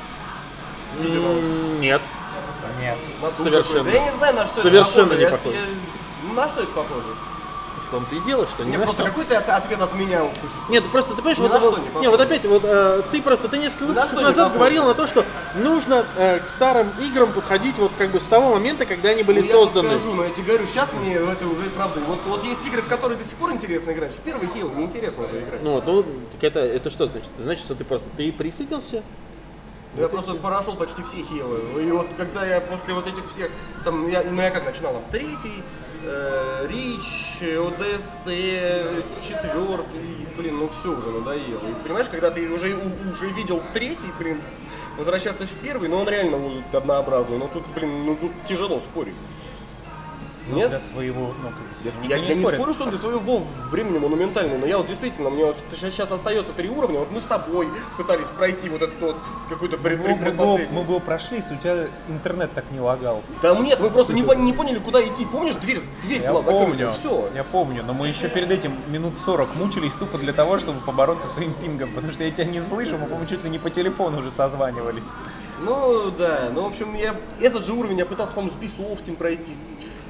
М, Нет. Нет. На Doom Совершенно. какой-то. Да я не знаю, на что Совершенно это похоже. не Я- похоже. я- На что это похоже? В том-то и дело, что не Не, на просто что. какой ты от- ответ от меня услышишь. Нет, просто ты понимаешь, Ни вот, на вот- что не не, похоже. вот опять, вот э, ты просто ты несколько Ни на выпусков что не назад похоже. говорил на то, что нужно э, к старым играм подходить вот как бы с того момента, когда они были Ну, я созданы. скажу, но я тебе говорю, сейчас мне в это уже правда. Вот, вот есть игры, в которые до сих пор интересно играть. В первый Halo неинтересно уже играть. Ну, вот, ну, так это, это что значит? Это значит, что ты просто ты присытился? Я просто прошел почти все Halo. И вот когда я после вот этих всех, там, я, ну я как начинал, там, третий, э, Рич, ОДСТ, четвертый, блин, ну все уже надоело. И понимаешь, когда ты уже, у- уже видел третий, блин, возвращаться в первый, но он реально вот однообразный. Но тут, блин, ну тут тяжело спорить. Ну, Нет? для своего, ну, как бы, Я, никто я не спорит. спорю, что он для своего времени монументальный, но я вот действительно, мне вот сейчас остается три уровня, вот мы с тобой пытались пройти вот этот вот какой-то Мы, пред- бы- мы, бы- предпоследний. мы бы его прошли, если у тебя интернет так не лагал. Да нет, мы просто не, пон- не поняли, куда идти. Помнишь, дверь, дверь Я была закрыта, помню, все. я помню, но мы еще перед этим минут сорок мучились тупо для того, чтобы побороться с твоим пингом, потому что я тебя не слышу, мы, по-моему, чуть ли не по телефону уже созванивались. Ну да, ну в общем, я этот же уровень я пытался, по-моему, с Бисофтин пройти. С,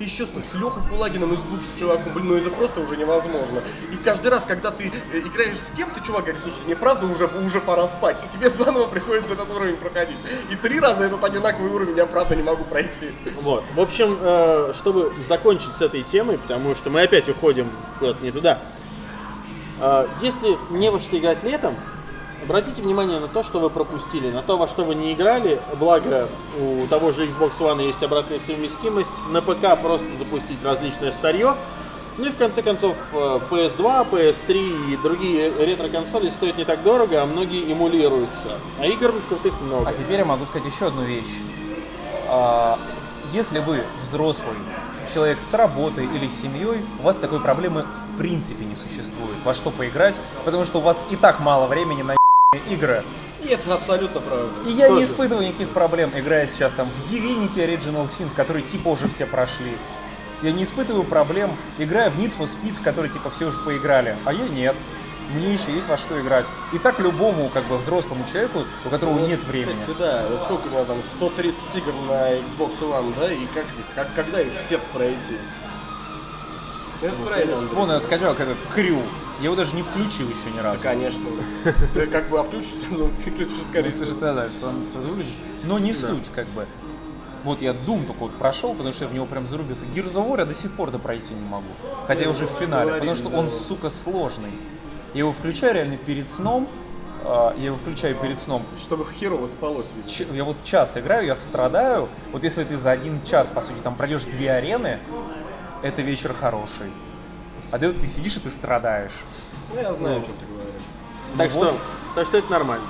еще с, с Лехой Кулагиным из Буки с чуваком, блин, ну это просто уже невозможно. И каждый раз, когда ты играешь с кем-то, чувак говорит, слушай, мне правда уже, уже пора спать, и тебе заново приходится этот уровень проходить. И три раза этот одинаковый уровень я правда не могу пройти. Вот. В общем, э, чтобы закончить с этой темой, потому что мы опять уходим куда-то не туда. Э, если не во что играть летом, обратите внимание на то, что вы пропустили, на то, во что вы не играли. Благо, у того же Xbox One есть обратная совместимость. На ПК просто запустить различное старье. Ну и в конце концов, пи эс два, пи эс три и другие ретро-консоли стоят не так дорого, а многие эмулируются. А игр крутых много. А теперь я могу сказать еще одну вещь. А, если вы взрослый человек с работой или с семьей, у вас такой проблемы в принципе не существует. Во что поиграть, потому что у вас и так мало времени на игры. И это абсолютно правда. И я Тоже. не испытываю никаких проблем, играя сейчас там в Divinity Original Sin, в который типа уже все прошли. Я не испытываю проблем, играя в Need for Speed, в который типа все уже поиграли. А я нет. Мне еще есть во что играть. И так любому, как бы, взрослому человеку, у которого Вот, нет времени. Кстати, да, вот сколько у меня там, сто тридцать игр на Xbox One, да, и как, как когда их все пройти? Это правильно, Андрей. Вон этот скачал этот Крю. Я его даже не включил еще ни разу. Да, конечно. Ты как бы, а включишь сразу, включишь скорее. Ну, совершенно, да, сразу выключишь. Но не суть, как бы. Вот я Doom только вот прошел, потому что я в него прям зарубился. Gears of War я до сих пор допройти не могу. Хотя я уже в финале, потому что он, сука, сложный. Я его включаю реально перед сном. Я его включаю перед сном. Чтобы херово спалось. Ч- Я вот час играю, я страдаю. Вот если ты за один час, по сути, там пройдешь две арены, это вечер хороший. А ты вот ты сидишь и ты страдаешь. Ну, я знаю, о чем ты говоришь. Так, Ну что, вот. так что это нормально.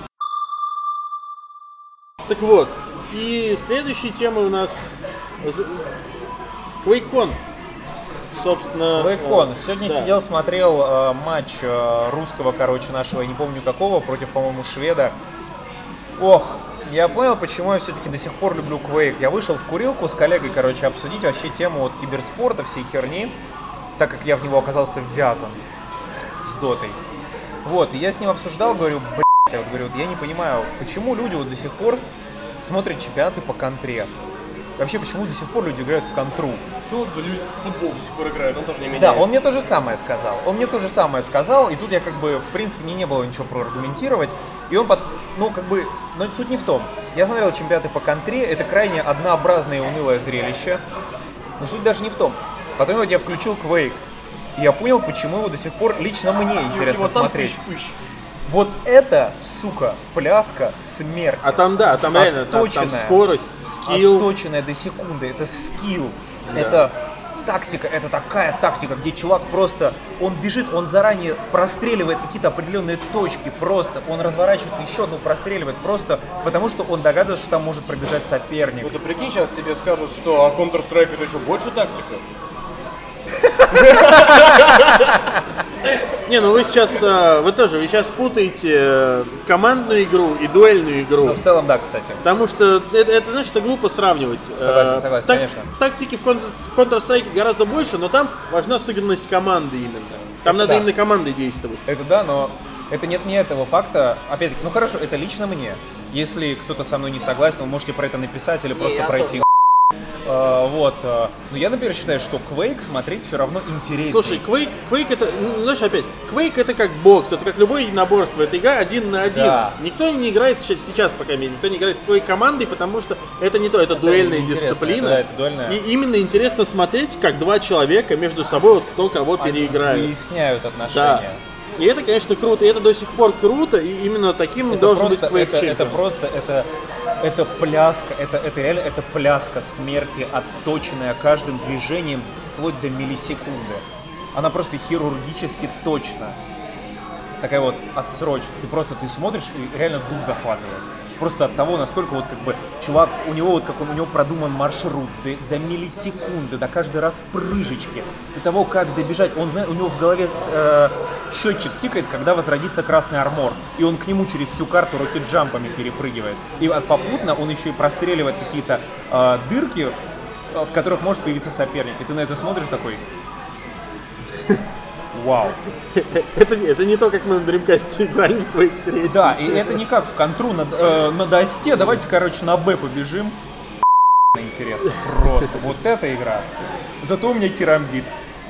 Так вот, и следующей темой у нас з- QuakeCon. Собственно... Вейкон. э, Сегодня да. сидел, смотрел э, матч э, русского, короче, нашего, я не помню какого, против, по-моему, шведа. Ох, я понял, почему я все-таки до сих пор люблю Quake. Я вышел в курилку с коллегой, короче, обсудить вообще тему вот киберспорта, всей херни, так как я в него оказался ввязан с дотой. Вот, и я с ним обсуждал, говорю, блядь, я вот говорю, вот я не понимаю, почему люди вот до сих пор смотрят чемпионаты по контре. Вообще, почему до сих пор люди играют в контру? Чего люди в футбол до сих пор играют? Он тоже не Да, меняется. он мне то же самое сказал. Он мне то же самое сказал, и тут я как бы, в принципе, мне не было ничего проаргументировать. И он, под, ну, как бы, но суть не в том. Я смотрел чемпионаты по контре, это крайне однообразное и унылое зрелище. Но суть даже не в том. Потом вот я включил Quake, и я понял, почему его до сих пор лично мне интересно его там смотреть. пыщ-пыщ. Вот это, сука, пляска смерти. А там, да, там реально, там, там Отточенная. скорость, скилл. Отточенная до секунды, это скилл, Да. это тактика, это такая тактика, где чувак просто, он бежит, он заранее простреливает какие-то определенные точки, просто, он разворачивается, еще одну простреливает, просто потому что он догадывается, что там может пробежать соперник. Ну ты прикинь, сейчас тебе скажут, что а Counter-Strike это еще больше тактика. Не, ну вы сейчас, э, вы тоже, вы сейчас путаете э, командную игру и дуэльную игру. Ну, в целом, да, кстати. Потому что это, это, знаешь, это глупо сравнивать. Согласен, Э, согласен, так- конечно. Тактики в Counter- в Counter-Strike гораздо больше, но там важна сыгранность команды именно. Там Это надо да. именно командой действовать. Это да, но это не отменяет этого факта. Опять-таки, ну хорошо, это лично мне. Если кто-то со мной не согласен, вы можете про это написать или просто я пройти. А, вот. а, Но я, например, считаю, что Quake смотреть все равно интереснее. Слушай, Quake, Quake это, ну, знаешь, опять, Quake это как бокс, это как любое единоборство, это игра один на один. Да. Никто не играет сейчас, сейчас пока мере, никто не играет в Quake командой, потому что это не то, это, дуэльная неинтересно, дисциплина. это да, это дуэльная. И именно интересно смотреть, как два человека между собой, вот кто кого Они переиграет. выясняют Да. отношения. И это, конечно, круто, и это до сих пор круто, и именно таким Это должен просто, быть Quake это, это Champions. просто, это, это пляска, это, это реально, это пляска смерти, отточенная каждым движением вплоть до миллисекунды. Она просто хирургически точна. Такая вот отсрочка. Ты просто, ты смотришь и реально дух захватывает. Просто от того, насколько вот как бы чувак, у него вот как он, у него продуман маршрут до, до миллисекунды, до каждой раз прыжечки, до того, как добежать. Он знает, у него в голове э, счетчик тикает, когда возродится красный армор, и он к нему через всю карту рокет-джампами перепрыгивает. И от- попутно он еще и простреливает какие-то э, дырки, э, в которых может появиться соперник. И ты на это смотришь такой. Вау. Это, это не то, как мы на Dreamcast играли в Quake три. Да, и это не как в контру на, э, на досте. Давайте, короче, на Б побежим. Интересно, просто. Вот эта игра. Зато у меня керамбит.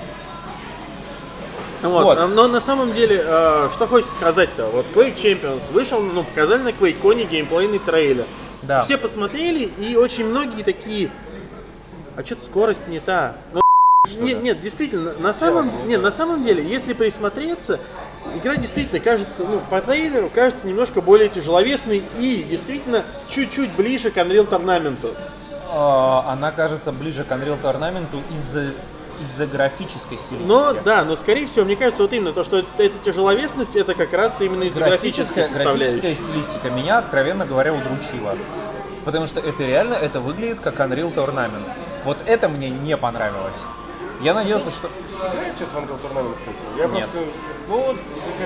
Вот. Вот. Но на самом деле, э, что хочется сказать-то, вот Quake Champions вышел, ну, показали на QuakeCon геймплейный трейлер. Да. Все посмотрели, и очень многие такие, а что-то скорость не та. Ну, нет, нет, действительно, на самом, нет, на самом деле, если присмотреться, игра действительно кажется, ну, по трейлеру кажется немножко более тяжеловесной и действительно чуть-чуть ближе к Unreal Tournament. Она кажется ближе к Unreal Tournament из-за из-за графической стилистики. Но да, но скорее всего, мне кажется, вот именно то, что это, эта тяжеловесность, это как раз именно из-за графической составляющей. Графическая стилистика меня, откровенно говоря, удручила. Потому что это реально, это выглядит как Unreal Tournament. Вот это мне не понравилось. Я надеялся, что... Играем сейчас в Unreal Tournament, кстати? Я Нет. просто... Ну вот, как...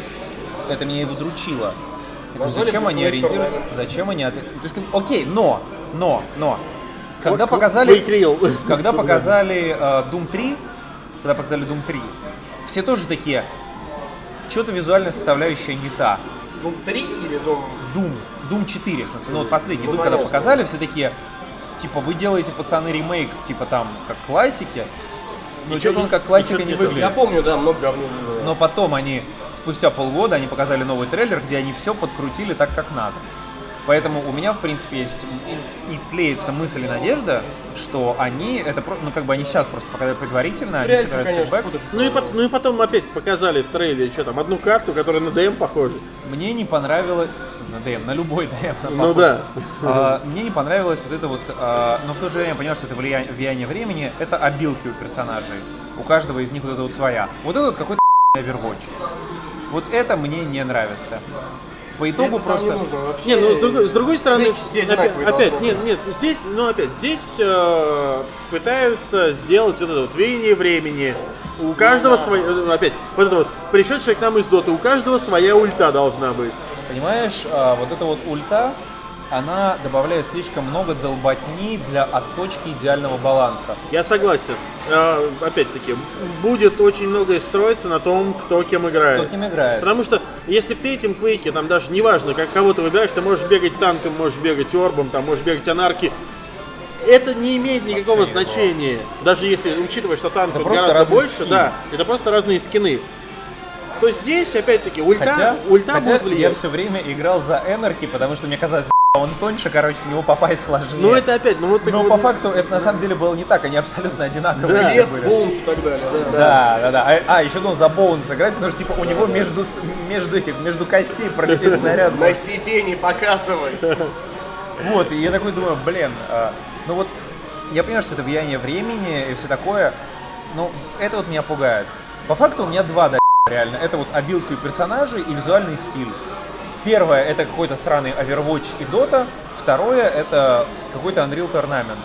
Это меня и удручило. Я говорю, Назвали зачем бы они Quake ориентируются? Tournament. Зачем они... от- То есть, окей, но, но, но... Когда Вот показали... Quake Real. Когда показали э, Doom три, когда показали Doom три, все тоже такие, что-то визуальная составляющая не та. Дум три или Дум... Doom, Doom четыре, в смысле, ну вот последний Ну, Doom, когда понятно. показали, все такие, типа, вы делаете, пацаны, ремейк, типа там, как классики, но что-то он как классика не Я выглядит. помню, да, много говна было. Но потом они, спустя полгода, они показали новый трейлер, где они все подкрутили так, как надо. Поэтому у меня, в принципе, есть и, и тлеется мысль и надежда, что они, это про- ну как бы они сейчас просто показали предварительно, они Реально, собирают конечно, фидбэк. футаж. Ну и, пот- ну и потом опять показали в трейлере, что там, одну карту, которая на ДМ похожа. Мне не понравилось, на ДМ, на любой ДМ. на Ну поход. да. А, мне не понравилось вот это вот, а, но в то же время я понимаю, что это влияние, влияние времени, это обилки у персонажей. У каждого из них вот это вот своя. Вот это вот какой-то Overwatch. Вот это мне не нравится. По итогу Это там просто... не нужно вообще. Не, ну с другой, с другой стороны, Здесь все опять, одинаковые опять должны нет, быть. нет, здесь, ну опять, здесь э, пытаются сделать вот это вот веяние времени. У каждого своя, э, опять, вот это вот, пришедшая к нам из Доты, у каждого своя ульта должна быть. Понимаешь, а, вот эта вот ульта, она добавляет слишком много долботни для отточки идеального баланса. Я согласен. Э, опять-таки, будет очень многое строиться на том, кто кем играет. Кто кем играет. Потому что если в третьем квейке, там даже неважно, как кого ты выбираешь, ты можешь бегать танком, можешь бегать орбом, там можешь бегать анарки. Это не имеет никакого Вообще значения. Даже если, учитывая, что танков Это просто гораздо разные больше, скины. да, это просто разные скины. То здесь, опять-таки, ульта, Хотя, ульта хотя будет я влиять. все время играл за энарки, потому что мне казалось, б***ь, он тоньше, короче, в него попасть сложнее. Ну это опять, ну вот так Но вот- по факту это на самом деле было не так, они абсолютно одинаковые. Да. все Лес, были. боунс и так далее, да. Да, да, да. А, а, еще должен за боунс играть, потому что типа у него между, с- между этих, между костей пролетит снаряд. На себе не показывай. Вот, и я такой думаю, блин, а, ну вот, я понимаю, что это влияние времени и все такое, но это вот меня пугает. По факту у меня два да реально. Это вот обилка и персонажей, и визуальный стиль. Первое это какой-то сраный Overwatch и Dota, второе это какой-то Unreal Tournament.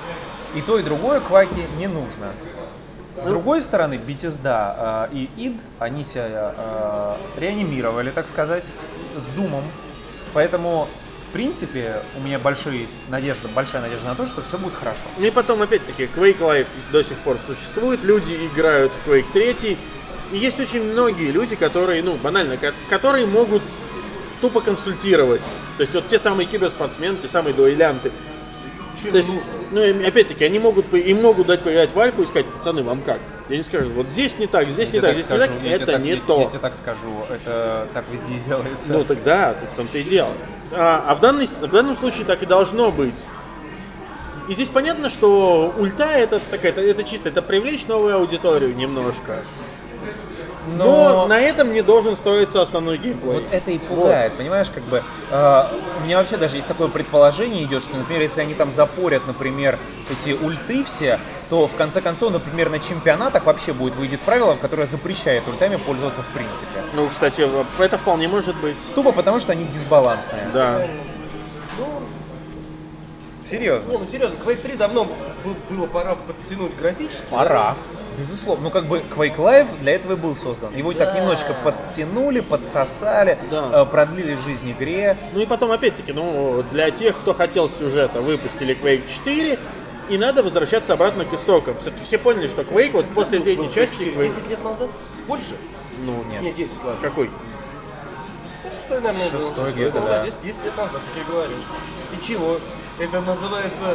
И то, и другое Кваки не нужно. С другой стороны, Bethesda э, и id, они себя э, реанимировали, так сказать, с Думом. Поэтому, в принципе, у меня большие надежда, большая надежда на то, что все будет хорошо. Ну и потом, опять-таки, Quake Live до сих пор существует, люди играют в Quake три, и есть очень многие люди, которые, ну, банально, ко- которые могут тупо консультировать. То есть вот те самые киберспортсмены, те самые дуэлянты. Что То есть, нужно? ну, им- опять-таки, они могут, по- им могут дать поиграть в альфу и сказать, пацаны, вам как? Я не скажу, вот здесь не так, здесь не Я так, тебе здесь не так, скажу, я тебе это так- не я тебе- то. Я тебе так скажу, это так везде и делается. Ну тогда, в том-то и дело. А, а в, данный, с- в данном случае так и должно быть. И здесь понятно, что ульта это такая, это, это чисто, это привлечь новую аудиторию немножко. Но, на этом не должен строиться основной геймплей. Вот это и пугает, понимаешь, как бы, э, у меня вообще даже есть такое предположение идет, что, например, если они там запорят, например, эти ульты все, то в конце концов, например, на чемпионатах вообще будет выйдет правило, которое запрещает ультами пользоваться в принципе. Ну, кстати, это вполне может быть. Тупо потому, что они дисбалансные. Да. Ну, Серьезно. не, ну серьезно, Quake три давно бы- было пора подтянуть графически. Пора. Безусловно. Ну, как бы Quake Live для этого и был создан. Его так немножечко подтянули, подсосали, Да. э, продлили жизнь игре. Ну и потом, опять-таки, ну, для тех, кто хотел сюжета, выпустили Quake четыре, и надо возвращаться обратно к истокам. Все-таки все поняли, что Quake вот после третьей Был части... Quake четыре, Quake- десять лет назад? Больше? Ну, нет. Нет, десять, ладно. Какой? Ну, шестой, наверное, был. Шестой где-то, ну, да. десять, десять лет назад, как я говорю. И чего? Это называется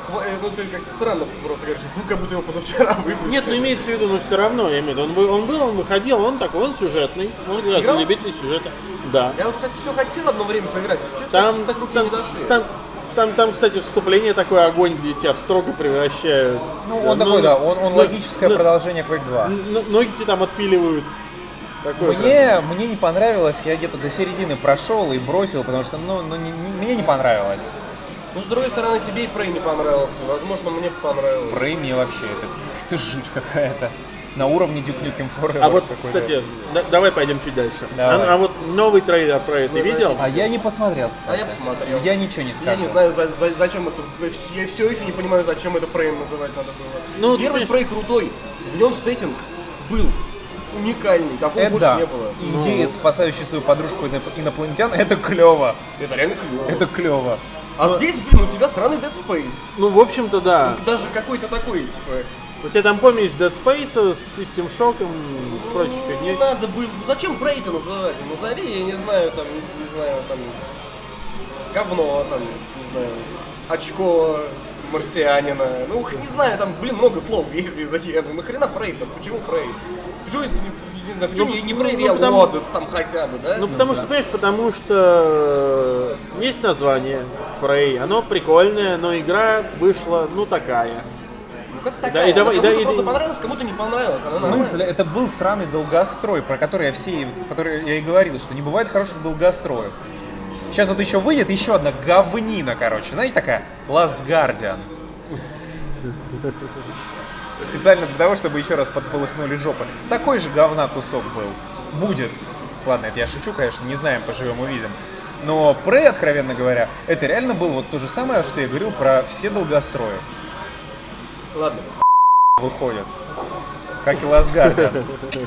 хва- э, ну ты как странно просто говоришь, фу, как будто его позавчера выпустили. Нет, ну имеется в виду, но все равно, я имею в виду, он, был- он был, он выходил, он такой, он сюжетный, он как раз для Играл? любителей сюжета. Да. Я вот, кстати, все хотел одно время поиграть, что-то Там, так руки там, не дошли. там, там, там, кстати, вступление такое огонь, где тебя в строго превращают. Ну, он Да, такой, ну, да, он, он ну, логическое ну, продолжение Quake два. н- Ноги тебе там отпиливают. Такое Мне, мне не понравилось, я где-то до середины прошел и бросил, потому что, ну, ну не- не- мне не понравилось. Ну, с другой стороны, тебе и Prey не понравился, возможно, мне понравилось. Prey мне вообще, это, это жуть какая-то. На уровне Duke Nukem Forever. А вот, какой-то. кстати, да- давай пойдем чуть дальше. Давай. А, а вот новый трейлер про это Ну, видел? А я не посмотрел, кстати. А я посмотрел. Я ничего не скажу. Я не знаю, за- за- зачем это. Я все еще не понимаю, зачем это Prey называть надо было. Ну, Первый ты Prey крутой. В нем сеттинг был уникальный, такого Это больше да. не было. Индеец, спасающий свою подружку иноп- инопланетян, это клево. Это реально клево. Это клево. А здесь, блин, у тебя сраный Dead Space. Ну, в общем-то, да. Даже какой-то такой, типа. У тебя там помесь Dead Space с System Shock, с прочей Не фигней. надо было. Ну зачем Prey-то называть? Ну, назови, я не знаю, там, не знаю, там. Говно, там, не знаю, очко марсианина. Ну, х- не знаю, там, блин, много слов есть в языке. Ну, нахрена Prey-то? Почему Prey? Почему, это не- не- почему Ну, не, не ну, Prey ну, Real потому- World, там хотя бы, да? Ну, потому что, понимаешь, потому что есть название Prey, оно прикольное, но игра вышла, ну, такая. Ну, как Да, такая? и давай- Она и кому-то да- и- просто понравилось, кому-то не понравилось. Она В смысле? нормальная. Это был сраный долгострой, про который я все, который я и говорил, что не бывает хороших долгостроев. Сейчас вот еще выйдет еще одна говнина, короче. Знаете, такая Last Guardian. Специально для того, чтобы еще раз подполыхнули жопы. Такой же говна кусок был. Будет. Ладно, это я шучу, конечно, не знаем, поживем увидим. Но Prey, откровенно говоря, это реально было вот то же самое, что я говорил про все долгострои. Ладно. Выходят. Как и Last Guardian.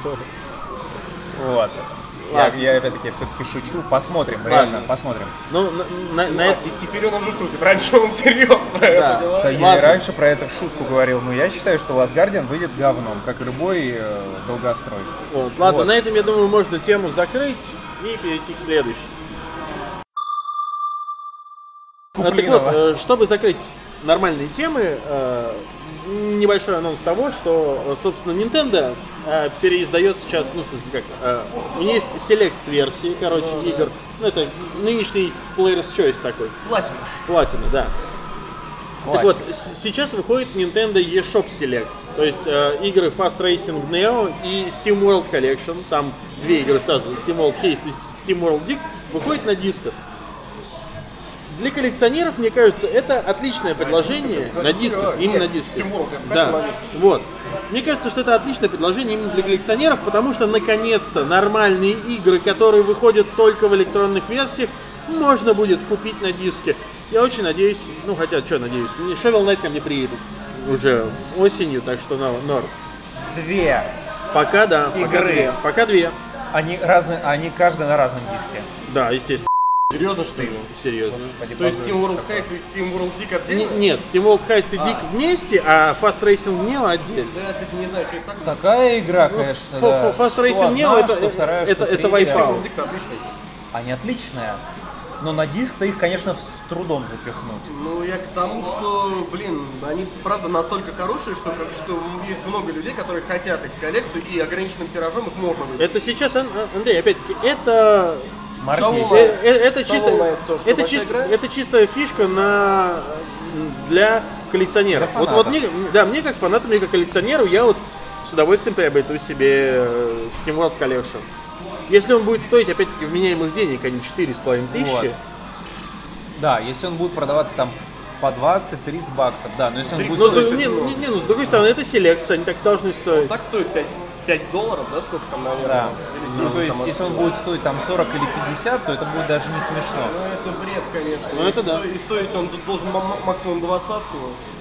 Вот. Я, Ладно. я опять-таки все-таки шучу. Посмотрим, Ладно. реально, посмотрим. Ну, на, на- на А, это... те- теперь он уже шутит. Раньше он всерьез про это Да. говорил. Да, я и Ладно. раньше про это в шутку говорил, но я считаю, что Last Guardian выйдет говном, как и любой э, долгострой. Вот, ладно, Вот. на этом, я думаю, можно тему закрыть и перейти к следующей. А, так вот, Куплинова. э, чтобы закрыть нормальные темы, э, небольшой анонс того, что, э, собственно, Nintendo э, переиздает сейчас, ну, в смысле, как, э, у нее есть селект-версии, короче, игр. Ну, это нынешний Player's Choice такой. Платина. Платина, да. Так Классик. вот, с- сейчас выходит Nintendo eShop Select, то есть э, игры Fast Racing Neo и Steam World Collection, там две игры сразу, Steam World Haste и Steam World Dig, выходят на дисках. Для коллекционеров, мне кажется, это отличное предложение дисках, на да, дисках, да, именно на нет, дисках. Steam World, я Да, хотел на дисках. вот. Мне кажется, что это отличное предложение именно для коллекционеров, потому что наконец-то нормальные игры, которые выходят только в электронных версиях, можно будет купить на диске. Я очень надеюсь, ну хотя, что надеюсь, не- Shovel Knight ко мне приедет уже осенью, так что на- норм. Две. Пока да, пока Игры. две. Пока две. Они разные, они каждый на разном диске. Да, естественно. Серьезно, что ли? Серьезно. Господи, То есть позоришь. Steam World Heist и Steam World Dig Не- отдельно? нет, Steam World Heist и Dig вместе, а Fast Racing Neo отдельно. Да, я кстати, не знаю, что это такое. Такая игра, конечно, Фо- да. фо- Fast Что Racing Neo одна, это- что вторая, это- что это третья. Wi-Fi. Steam World Dig-то отличный. Они отличные. Но на диск-то их, конечно, с трудом запихнуть. Ну, я к тому, что, блин, они, правда, настолько хорошие, что, как, что есть много людей, которые хотят их в коллекцию, и ограниченным тиражом их можно выпустить. Это сейчас, Ан- Андрей, опять-таки, это Маркетинг. Shovel Э, э, Это Shovel чисто, Knight тоже, что, это, большая чисто, игра? это чистая фишка на, для коллекционеров. Для вот, вот фанатов. мне, да, мне как фанату, мне как коллекционеру, я вот с удовольствием приобрету себе э, Steam World Collection. Если он будет стоить, опять-таки, вменяемых денег, а не четыре с половиной тысячи, Вот. Да, если он будет продаваться там по двадцать-тридцать баксов, да, но если он тридцать, но, будет с стоит друг- не, много. не- не, ну, с другой стороны, это селекция, они так должны стоить. Так стоит пять долларов, да, сколько там, наверное? Да. Или Ну, десять то есть, там если он отсюда. будет стоить там сорок или пятьдесят, то это будет даже не смешно. Ну, это бред, конечно. Ну, это и, да. сто- и стоить он должен ма- максимум двадцатку.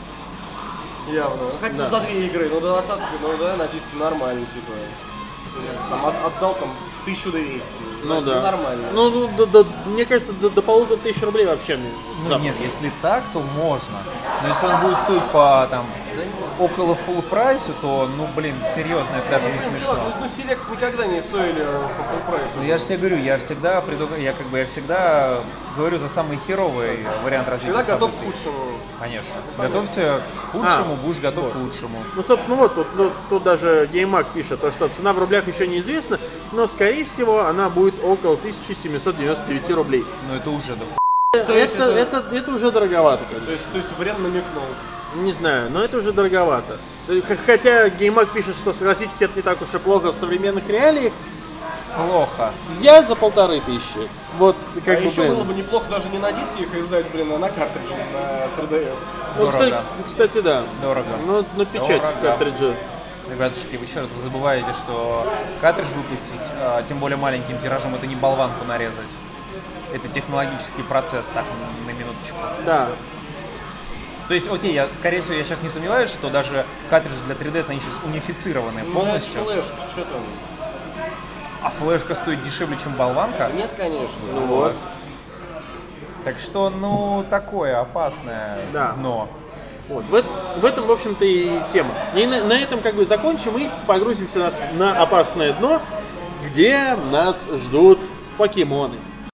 Явно. Хотя Да. за две игры, ну двадцатку, ну да, на диске нормально, типа. Там от- отдал там тысячу двести. Ну да. Нормально. Ну, ну, да- да, мне кажется, до, до полутора тысяч рублей вообще мне Ну запросто. нет, если так, то можно. Но если он будет стоить по там около full прайсу, то, ну, блин, серьезно, это даже не смешно. Ну, ну Selects никогда не стоили по full прайсу. Ну, я же тебе говорю, я всегда предуг... я как бы я всегда говорю за самый херовый вариант развития Всегда готов к событий. худшему. Конечно. Готовься к худшему, будешь готов к лучшему. Ну, собственно, вот тут, тут, тут даже GameMag пишет, то, что цена в рублях еще неизвестна, но, скорее всего, она будет около тысяча семьсот девяносто девять рублей. Но это уже да. Это, есть это, это- это, это уже дороговато, конечно. То есть, то есть вариант намекнул. Не знаю, но это уже дороговато. То есть, х- Хотя GameMag пишет, что, согласитесь, это не так уж и плохо в современных реалиях. Плохо. Я за полторы тысячи. Вот, как а бы, еще блин. было бы неплохо даже не на диске их издать, блин, а на картридже, на три ди эс. Ну, кстати, Дорого. кс- кстати, да. Дорого. Ну, на печать Дорого. картриджа. Ребятушки, вы еще раз вы забываете, что картридж выпустить, а, тем более маленьким тиражом, это не болванку нарезать. Это технологический процесс, так, на минуточку. Да. То есть, окей, я, скорее всего, я сейчас не сомневаюсь, что даже картриджи для три ди эс, они сейчас унифицированы полностью. Флешка, что там? А флешка стоит дешевле, чем болванка? Нет, конечно. Ну вот. Так что, ну, такое опасное Да. дно. Вот. В, эт- в этом, в общем-то, и тема. И на, на этом как бы закончим и погрузимся на, с- на опасное дно, где нас ждут покемоны.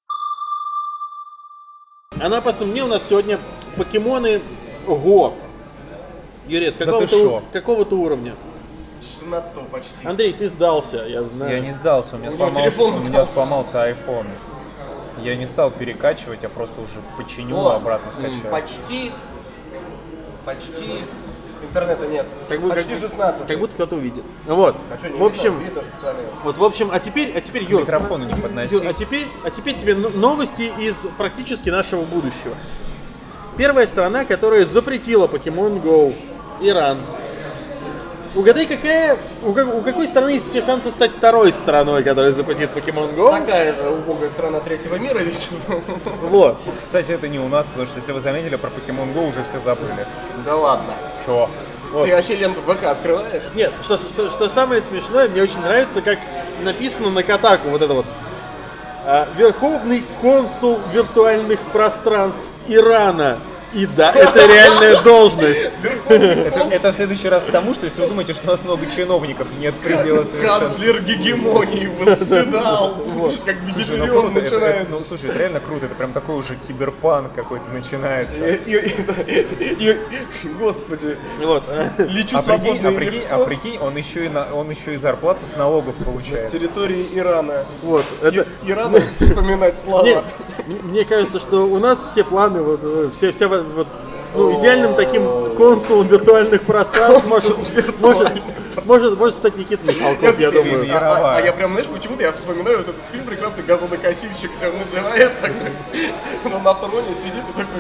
А на опасном дне у нас сегодня покемоны Го. Юрец, Да какого-то, ты шо? у- какого-то уровня. шестнадцатого почти. Андрей, ты сдался, я знаю. Я не сдался, у меня, У него сломался, телефон у меня сдался. сломался iPhone. Я не стал перекачивать, я просто уже починю, О, обратно м, скачаю. Почти. Почти. Интернета нет. Как будто, Почти как- шестнадцать. Как будто кто-то увидит. Вот. А что, не в общем, видно? Видно же специально. вот, в общем, а теперь, а теперь, Юр, Микрофону см- не подноси. Юр, а теперь, а теперь тебе но- новости из практически нашего будущего. Первая страна, которая запретила Pokemon Go, Иран. Угадай, какая, у, как- у какой страны есть все шансы стать второй страной, которая запретит Pokemon Go? Такая же убогая страна третьего мира, видимо. Вот. Кстати, это не у нас, потому что, если вы заметили, про Pokemon Go уже все забыли. Да ладно. Чё? Вот. Ты вообще ленту ВК открываешь? Нет, что, что, что самое смешное, мне очень нравится, как написано на Катаку вот это вот. А, Верховный консул виртуальных пространств Ирана. И да, это реальная должность. Это, это в следующий раз к тому, что если вы думаете, что у нас много чиновников, нет предела совершенно. Канцлер гегемонии восседал. Как Слушай, ну Вегетарион круто, это- это- начинается. ну слушай, это реально круто, это прям такой уже киберпанк какой-то начинается. И- и- и- и- Господи, Вот. лечу А прикинь, свободно а и прикинь, а легко. прикинь, он еще и на, он еще и зарплату с налогов На получает. территории Ирана. Вот. Это, И- Ирана вспоминать слава. мне, мне кажется, что у нас все планы, вот, э, все, все вот, вот, ну, идеальным таким консулом виртуальных пространств может, может, может, может стать Никита Михалков, я думаю. Из- А, а- а Яровая. я прям, знаешь, почему-то я вспоминаю вот этот фильм «Прекрасный газонокосильщик», где он надевает такой, он на троне сидит и такой...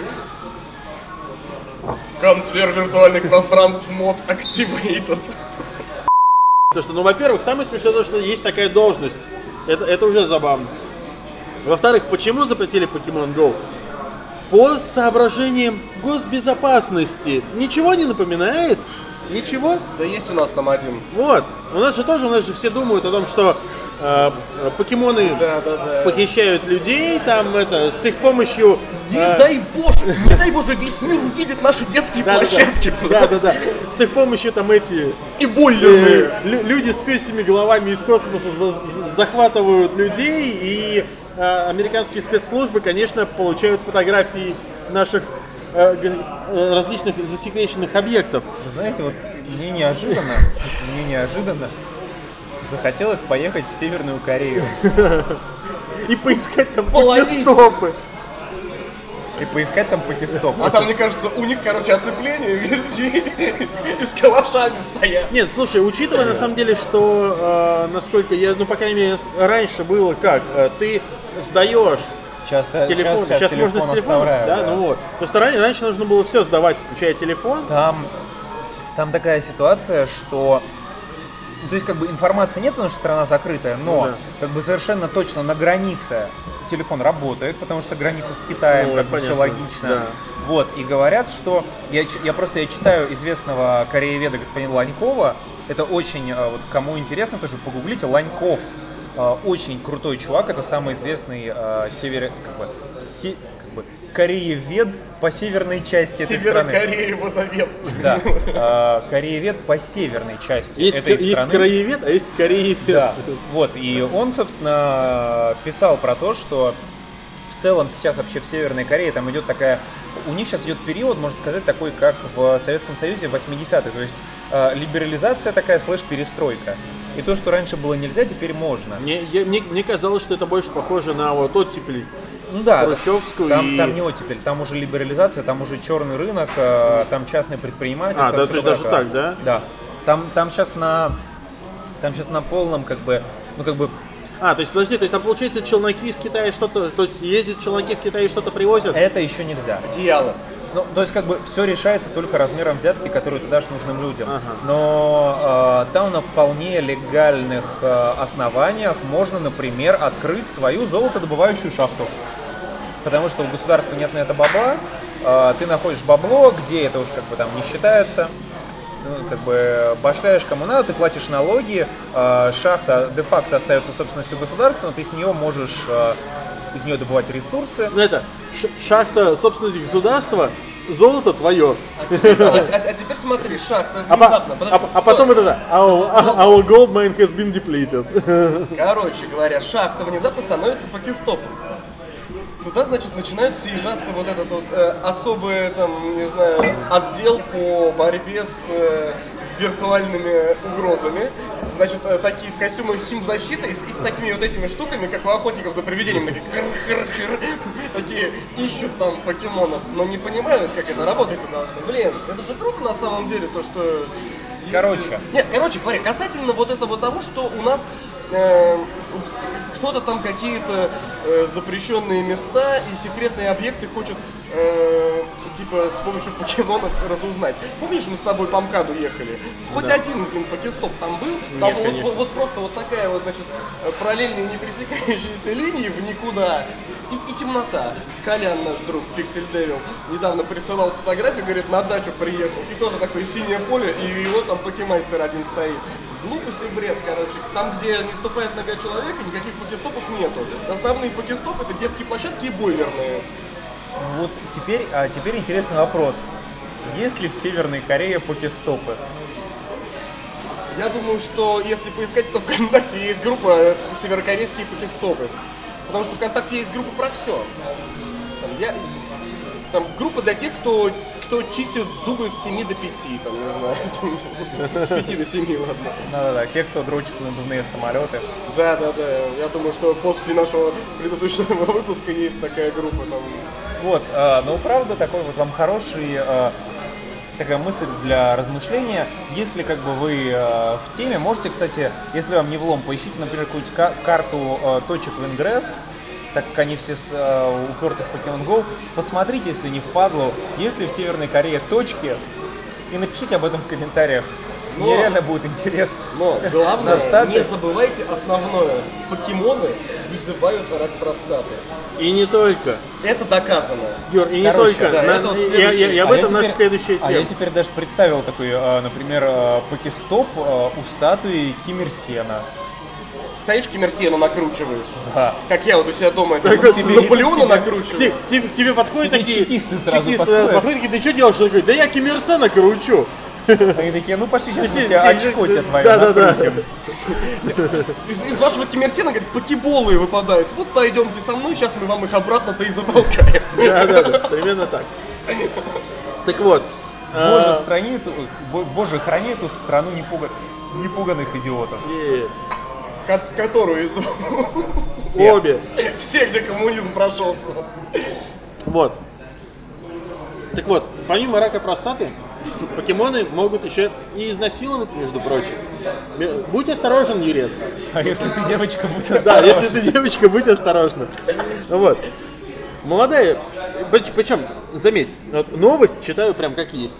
Канцлер виртуальных пространств мод activated. То, что, ну, во-первых, самое смешное то, что есть такая должность. Это, это уже забавно. Во-вторых, почему запретили Pokemon Go? По соображениям госбезопасности. Ничего не напоминает? Ничего? Да есть у нас там один. Вот. У нас же тоже, у нас же все думают о том, что э, покемоны Да, да, да. похищают людей, там это, с их помощью... Не э, дай боже, не дай боже, весь мир увидит наши детские да, да, да. площадки. Да, да, да. С их помощью там эти И бойлерные. э, лю- люди с пёсьими головами из космоса за- за- захватывают людей, и э, американские спецслужбы, конечно, получают фотографии наших э, г- э, различных засекреченных объектов. Вы знаете, вот мне неожиданно, мне неожиданно захотелось поехать в Северную Корею И поискать там Половить. стопы. и поискать там покестоп. А там, мне кажется, у них, короче, оцепление везде и с калашами стоят. Нет, слушай, учитывая на самом деле, что, э, насколько я, ну, по крайней мере, с- раньше было как, э, ты сдаешь Сейчас, телефон, сейчас, сейчас, можно телефон с телефона, оставляю. да, да. ну вот. Просто раньше, раньше нужно было все сдавать, включая телефон. Там, там такая ситуация, что... ну, то есть, как бы, информации нет, потому что страна закрытая, но, Ну да. как бы, совершенно точно на границе телефон работает, потому что граница с Китаем, Ну, как это бы, все понятно, логично. да. Вот, и говорят, что... Я, ч- я просто, я читаю известного корееведа господина Ланькова, это очень, э, вот, кому интересно, тоже погуглите, Ланьков. Э, Очень крутой чувак, это самый известный э, север, как бы, се- как бы кореевед по северной части этой страны. Северо-Корея-водовед. Да, э, кореевед по северной части Есть, этой к- есть страны. краевед, а есть кореевед. Да, вот, и он, собственно, писал про то, что в целом сейчас вообще в Северной Корее там идет такая, у них сейчас идет период, можно сказать, такой, как в Советском Союзе в восьмидесятые, то есть э, либерализация такая слэш-перестройка. И то, что раньше было нельзя, теперь можно. Мне, я- мне, мне казалось, что это больше похоже на вот оттепель Ну да, хрущевскую. там, и... там не оттепель, там уже либерализация, там уже черный рынок, э, там частное предпринимательство. А, да, всё то есть такое. даже так, да? Да. Там, там сейчас на, там сейчас на полном, как бы, ну как бы, А, то есть, подожди, то есть там получается челноки из Китая что-то, то есть ездят челноки в Китай и что-то привозят? это еще нельзя. Одеяло. Ну, то есть, как бы, все решается только размером взятки, которую ты дашь нужным людям. Ага. Но э, там на вполне легальных э, основаниях можно, например, открыть свою золотодобывающую шахту. Потому что у государства нет на это бабла, э, ты находишь бабло, где это уж как бы там не считается. Ну, как бы башляешь кому надо, ты платишь налоги, э, шахта де-факто остается собственностью государства, но ты с нее можешь э, из нее добывать ресурсы. Ну это, ш- шахта собственности государства, золото твое. А теперь, а- а- а теперь смотри, шахта А, по- внезапно. а- подожди, а потом стой. это да, our, our gold mine has been depleted. Короче говоря, шахта внезапно становится покестопом. Туда, значит, начинают съезжаться вот этот вот э, особый, там, не знаю, отдел по борьбе с э, виртуальными угрозами. Значит, э, такие в костюмах химзащиты и с, и с такими вот этими штуками, как у охотников за привидением, такие хр-хр-хр, такие ищут там покемонов, но не понимают, как это работать-то должно. Блин, это же круто на самом деле, то, что... есть- Короче. Нет, короче говоря, касательно вот этого того, что у нас э, кто-то там какие-то э, запрещенные места и секретные объекты хочет э, типа с помощью покемонов разузнать. Помнишь, мы с тобой по МКАДу ехали? Хоть Да. один, блин, покестоп там был? Там Нет, вот, конечно. вот- вот просто вот такая вот, значит, параллельные не пересекающиеся линии в никуда. И, и темнота. Колян, наш друг, Пиксель Девил, недавно присылал фотографию, говорит, на дачу приехал. И тоже такое синее поле, и его там покемастер один стоит. Глупость и бред, короче. Там, где не ступает нога человека, никаких покестопов нету. Основные покестопы — это детские площадки и бойлерные. Вот теперь, а теперь интересный вопрос. Есть ли в Северной Корее покестопы? Я думаю, что если поискать, то ВКонтакте есть группа «Северокорейские покестопы». Потому что ВКонтакте есть группа про все. Там, я, там группа для тех, кто, кто чистит зубы с семи до пяти, там, не знаю, с пяти до семи, ладно. Да-да-да, те, кто дрочит надувные самолеты. Да, да, да. Я думаю, что после нашего предыдущего выпуска есть такая группа там. Вот, э, но правда такой вот вам хороший, э, такая мысль для размышления. Если как бы вы э, в теме, можете, кстати, если вам не влом, поищите, например, какую-нибудь ка- карту э, точек в Ingress, так как они все с, э, уперты в Pokemon Go. Посмотрите, если не впадлу, есть ли в Северной Корее точки, и напишите об этом в комментариях. Мне Но- реально будет интересно. Но главное, Настаты. не забывайте основное. Покемоны вызывают рак простаты. И не только. Это доказано. Юр, и не Короче, только. да, На- это вот я, следующий. я- я об А этом я наша теперь- следующая А я тема. теперь даже представил такой, э, например, э, покестоп э, у статуи Ким Ир Сена. Стоишь, Киммерсиена накручиваешь. Да. Как я вот у себя дома это Так вот вот, тебе ну, Наполеона тебе- накручиваю. К те- к тебе, к тебе подходят Тебе такие... чекисты сразу чекисты, подходят. да, подходят такие, ты что делаешь? Он говорит, да я Киммерсена кручу. Они такие, ну пошли, сейчас мы Где- тебя где- очко тебе твое да, да, да. накрутим. Из, из вашего Киммерсена, говорит, покеболы выпадают. Вот пойдемте со мной, сейчас мы вам их обратно-то и затолкаем. Да, да, да, примерно так. Так вот. Боже, а, страни эту, бо- Боже, храни эту страну непуга- непуганных идиотов. и Ко- Которую из Все. Обе. все, где коммунизм прошелся. Вот. Так вот, помимо рака простаты, покемоны могут еще и изнасиловать, между прочим. Ме- Будь осторожен, Юрец. А если ты девочка, будь Да, осторожна. если ты девочка, будь осторожна. Вот. Молодая, причем, заметь, вот новость читаю прям как есть.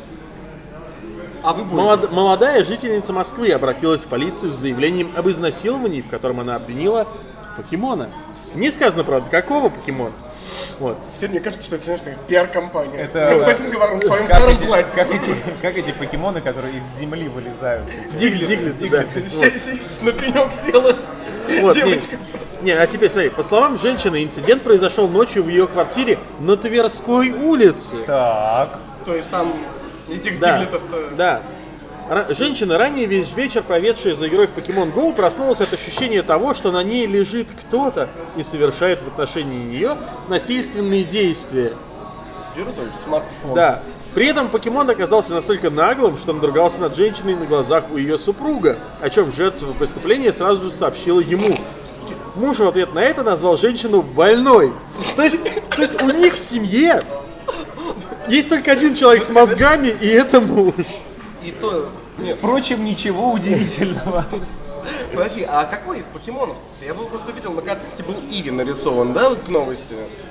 А вы будете? Молод- молодая жительница Москвы обратилась в полицию с заявлением об изнасиловании, в котором она обвинила покемона. Не сказано, правда, какого покемона. Вот. Теперь мне кажется, что это, знаешь, такая пиар-компания. Это- Константин Говорун в своем Как старом эти, платье. как, эти, как эти покемоны, которые из земли вылезают. Эти Дигли, Дигли, да. Се- се- С на пенек села. Вот, Девочка не, просто. Не, а теперь смотри, по словам женщины, инцидент произошел ночью в ее квартире на Тверской улице. Так. То есть там этих Да, диглетов-то... да. Ра- Женщина, ранее весь вечер проведшая за игрой в Pokemon Go, проснулась от ощущения того, что на ней лежит кто-то и совершает в отношении нее насильственные действия. Беру тоже смартфон. Да. При этом покемон оказался настолько наглым, что надругался над женщиной на глазах у ее супруга, о чем жертва преступления сразу же сообщила ему. Муж в ответ на это назвал женщину больной. То есть, то есть у них в семье есть только один человек с мозгами, и это муж. И то... Нет, Впрочем, ничего удивительного. подожди, а какой из покемонов? Я был просто видел, на картинке был Иви нарисован, да, вот к новости?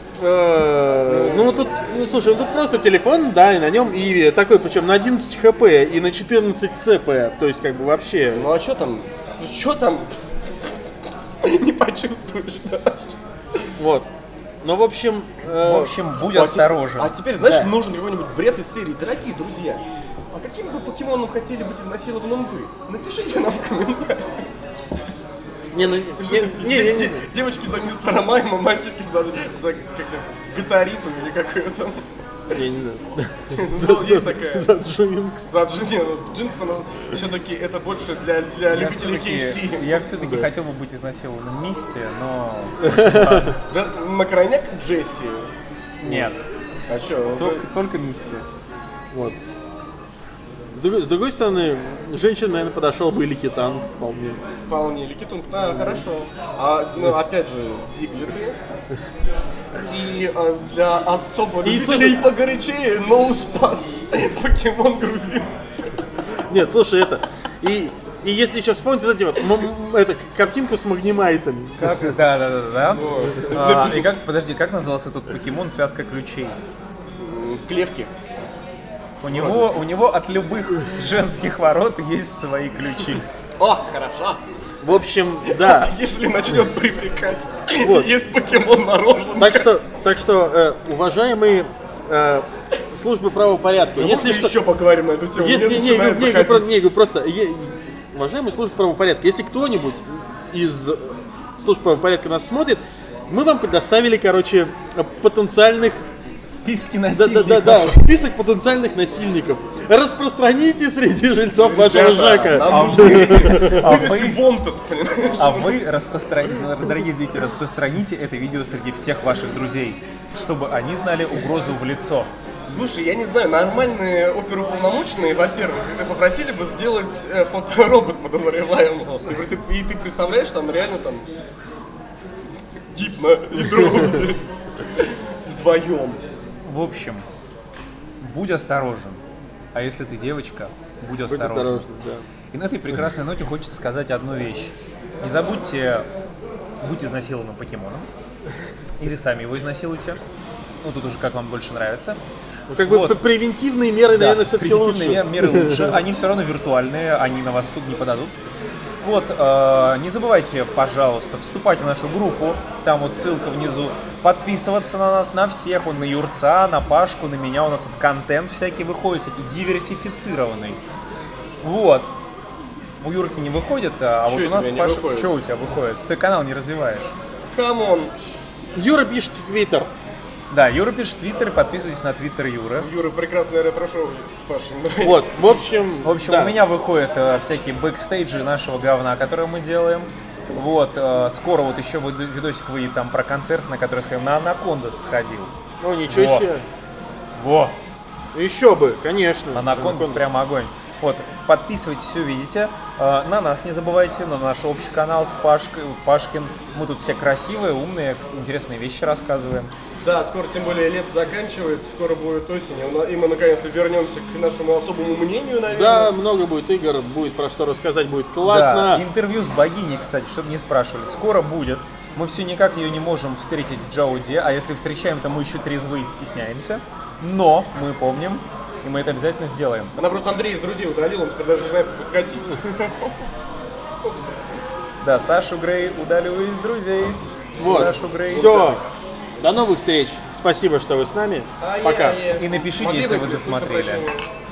Э, Ну тут, ну слушай, ну тут просто телефон, да, и на нем Иви такой, причем на одиннадцать хп и на четырнадцать цп, то есть как бы вообще. Ну а что там? Ну что там? Не почувствуешь, да? Вот. Ну в общем. э, В общем, будь А те- осторожен. А теперь, знаешь, Да. нужен какой-нибудь бред из серии. Дорогие друзья, а каким бы покемоном хотели быть изнасилованным вы? Напишите нам в комментариях. Не, ну не, не, не, Де- не, де- Девочки за мистера Майма, мальчики за, за как это, Гатариту или как ее там. не, не знаю. Ну, есть такая. За Джинкс. За Джинни, Джинкс, она все-таки это больше для, для Я любителей все-таки, кей эф си. я все-таки хотел бы быть изнасилованным в Мисте, но Да, на крайняк Джесси. нет. А что, уже Только, только Мисте. Вот. С другой, с другой стороны, женщин, наверное, подошел бы или Китан вполне. вполне Ликитун. А, хорошо. А, ну, опять же, диглеты. И а, для особо И, любителей слушай- погорячее, ноуспас. Покемон грузин. Нет, слушай, это. И, и если еще вспомнить вот эти вот м- м- это, картинку с магнимайтами. Как? Да, да, да, да. Вот. А, и как, подожди, как назывался тот покемон связка ключей? Клевки. У него, у него от любых женских ворот есть свои ключи. О, хорошо. В общем, да. Если начнет припекать, Вот. есть покемон мороженое. Так что, так что, э, уважаемые э, службы правопорядка, если Если что, еще поговорим на эту тему, если мне не, не, начинает не, не, заходить. про- не, говорю, просто, е- уважаемые службы правопорядка, если кто-нибудь из служб правопорядка нас смотрит, мы вам предоставили, короче, потенциальных. Списки Да, насильников. да, да, да, список потенциальных насильников. Распространите среди жильцов вашего Ребята, ЖЭКа. нам нужны эти А вывески вы- Wanted, понимаешь? А вы распространите, дорогие зрители, распространите это видео среди всех ваших друзей, чтобы они знали угрозу в лицо. Слушай, я не знаю, нормальные оперуполномоченные, во-первых, попросили бы сделать э, фоторобот подозреваемого. И ты, и ты представляешь, там реально там Дипна и Дроузи вдвоем. В общем, будь осторожен. А если ты девочка, будь Будь осторожен. осторожны, да. И на этой прекрасной ноте хочется сказать одну вещь. Не забудьте быть изнасилованным покемоном. Или сами его изнасилуйте. Ну, тут уже как вам больше нравится. Ну, как бы Вот. п- превентивные меры, наверное, все-таки превентивные лучше. меры лучше. Они все равно виртуальные, они на вас в суд не подадут. Вот, э, не забывайте, пожалуйста, вступать в нашу группу, там вот ссылка внизу, подписываться на нас, на всех, вот на Юрца, на Пашку, на меня, у нас тут контент всякий выходит, всякий диверсифицированный. Вот. У Юрки не выходит, а Чё вот у у нас тебя не Паша... выходит? Что у тебя выходит? Ты канал не развиваешь. Камон. Юра пишет в Твиттер. Да, Юра пишет в Твиттере, подписывайтесь на Твиттер Юры. Юра, прекрасное ретро-шоу с Пашей. Вот, в общем, В общем, да. у меня выходят э, всякие бэкстейджи нашего говна, которые мы делаем. Вот, э, скоро вот еще выйду- видосик выйдет там про концерт, на который, скажем, на Анакондас сходил. О, ничего Во. себе. Во! Еще бы, конечно. Анакондас прямо огонь. Вот, подписывайтесь, увидите. Э, на нас не забывайте, на наш общий канал с Пашкой, Пашкин. Мы тут все красивые, умные, интересные вещи рассказываем. Да, скоро тем более лето заканчивается, скоро будет осень, и у на- и мы наконец-то вернемся к нашему особому мнению, наверное. Да, много будет игр, будет про что рассказать, будет классно. Да, интервью с богиней, кстати, чтобы не спрашивали. Скоро будет. Мы все никак ее не можем встретить в Джауде, а если встречаем, то мы еще трезвы и стесняемся. Но мы помним, и мы это обязательно сделаем. Она просто Андрей из друзей удалил, он теперь даже не знает, как подкатить. Да, Сашу Грей удалю из друзей. Вот, Сашу Грей. все. До новых встреч. Спасибо, что вы с нами. Пока. И напишите, Могли если бы вы без досмотрели. прощения.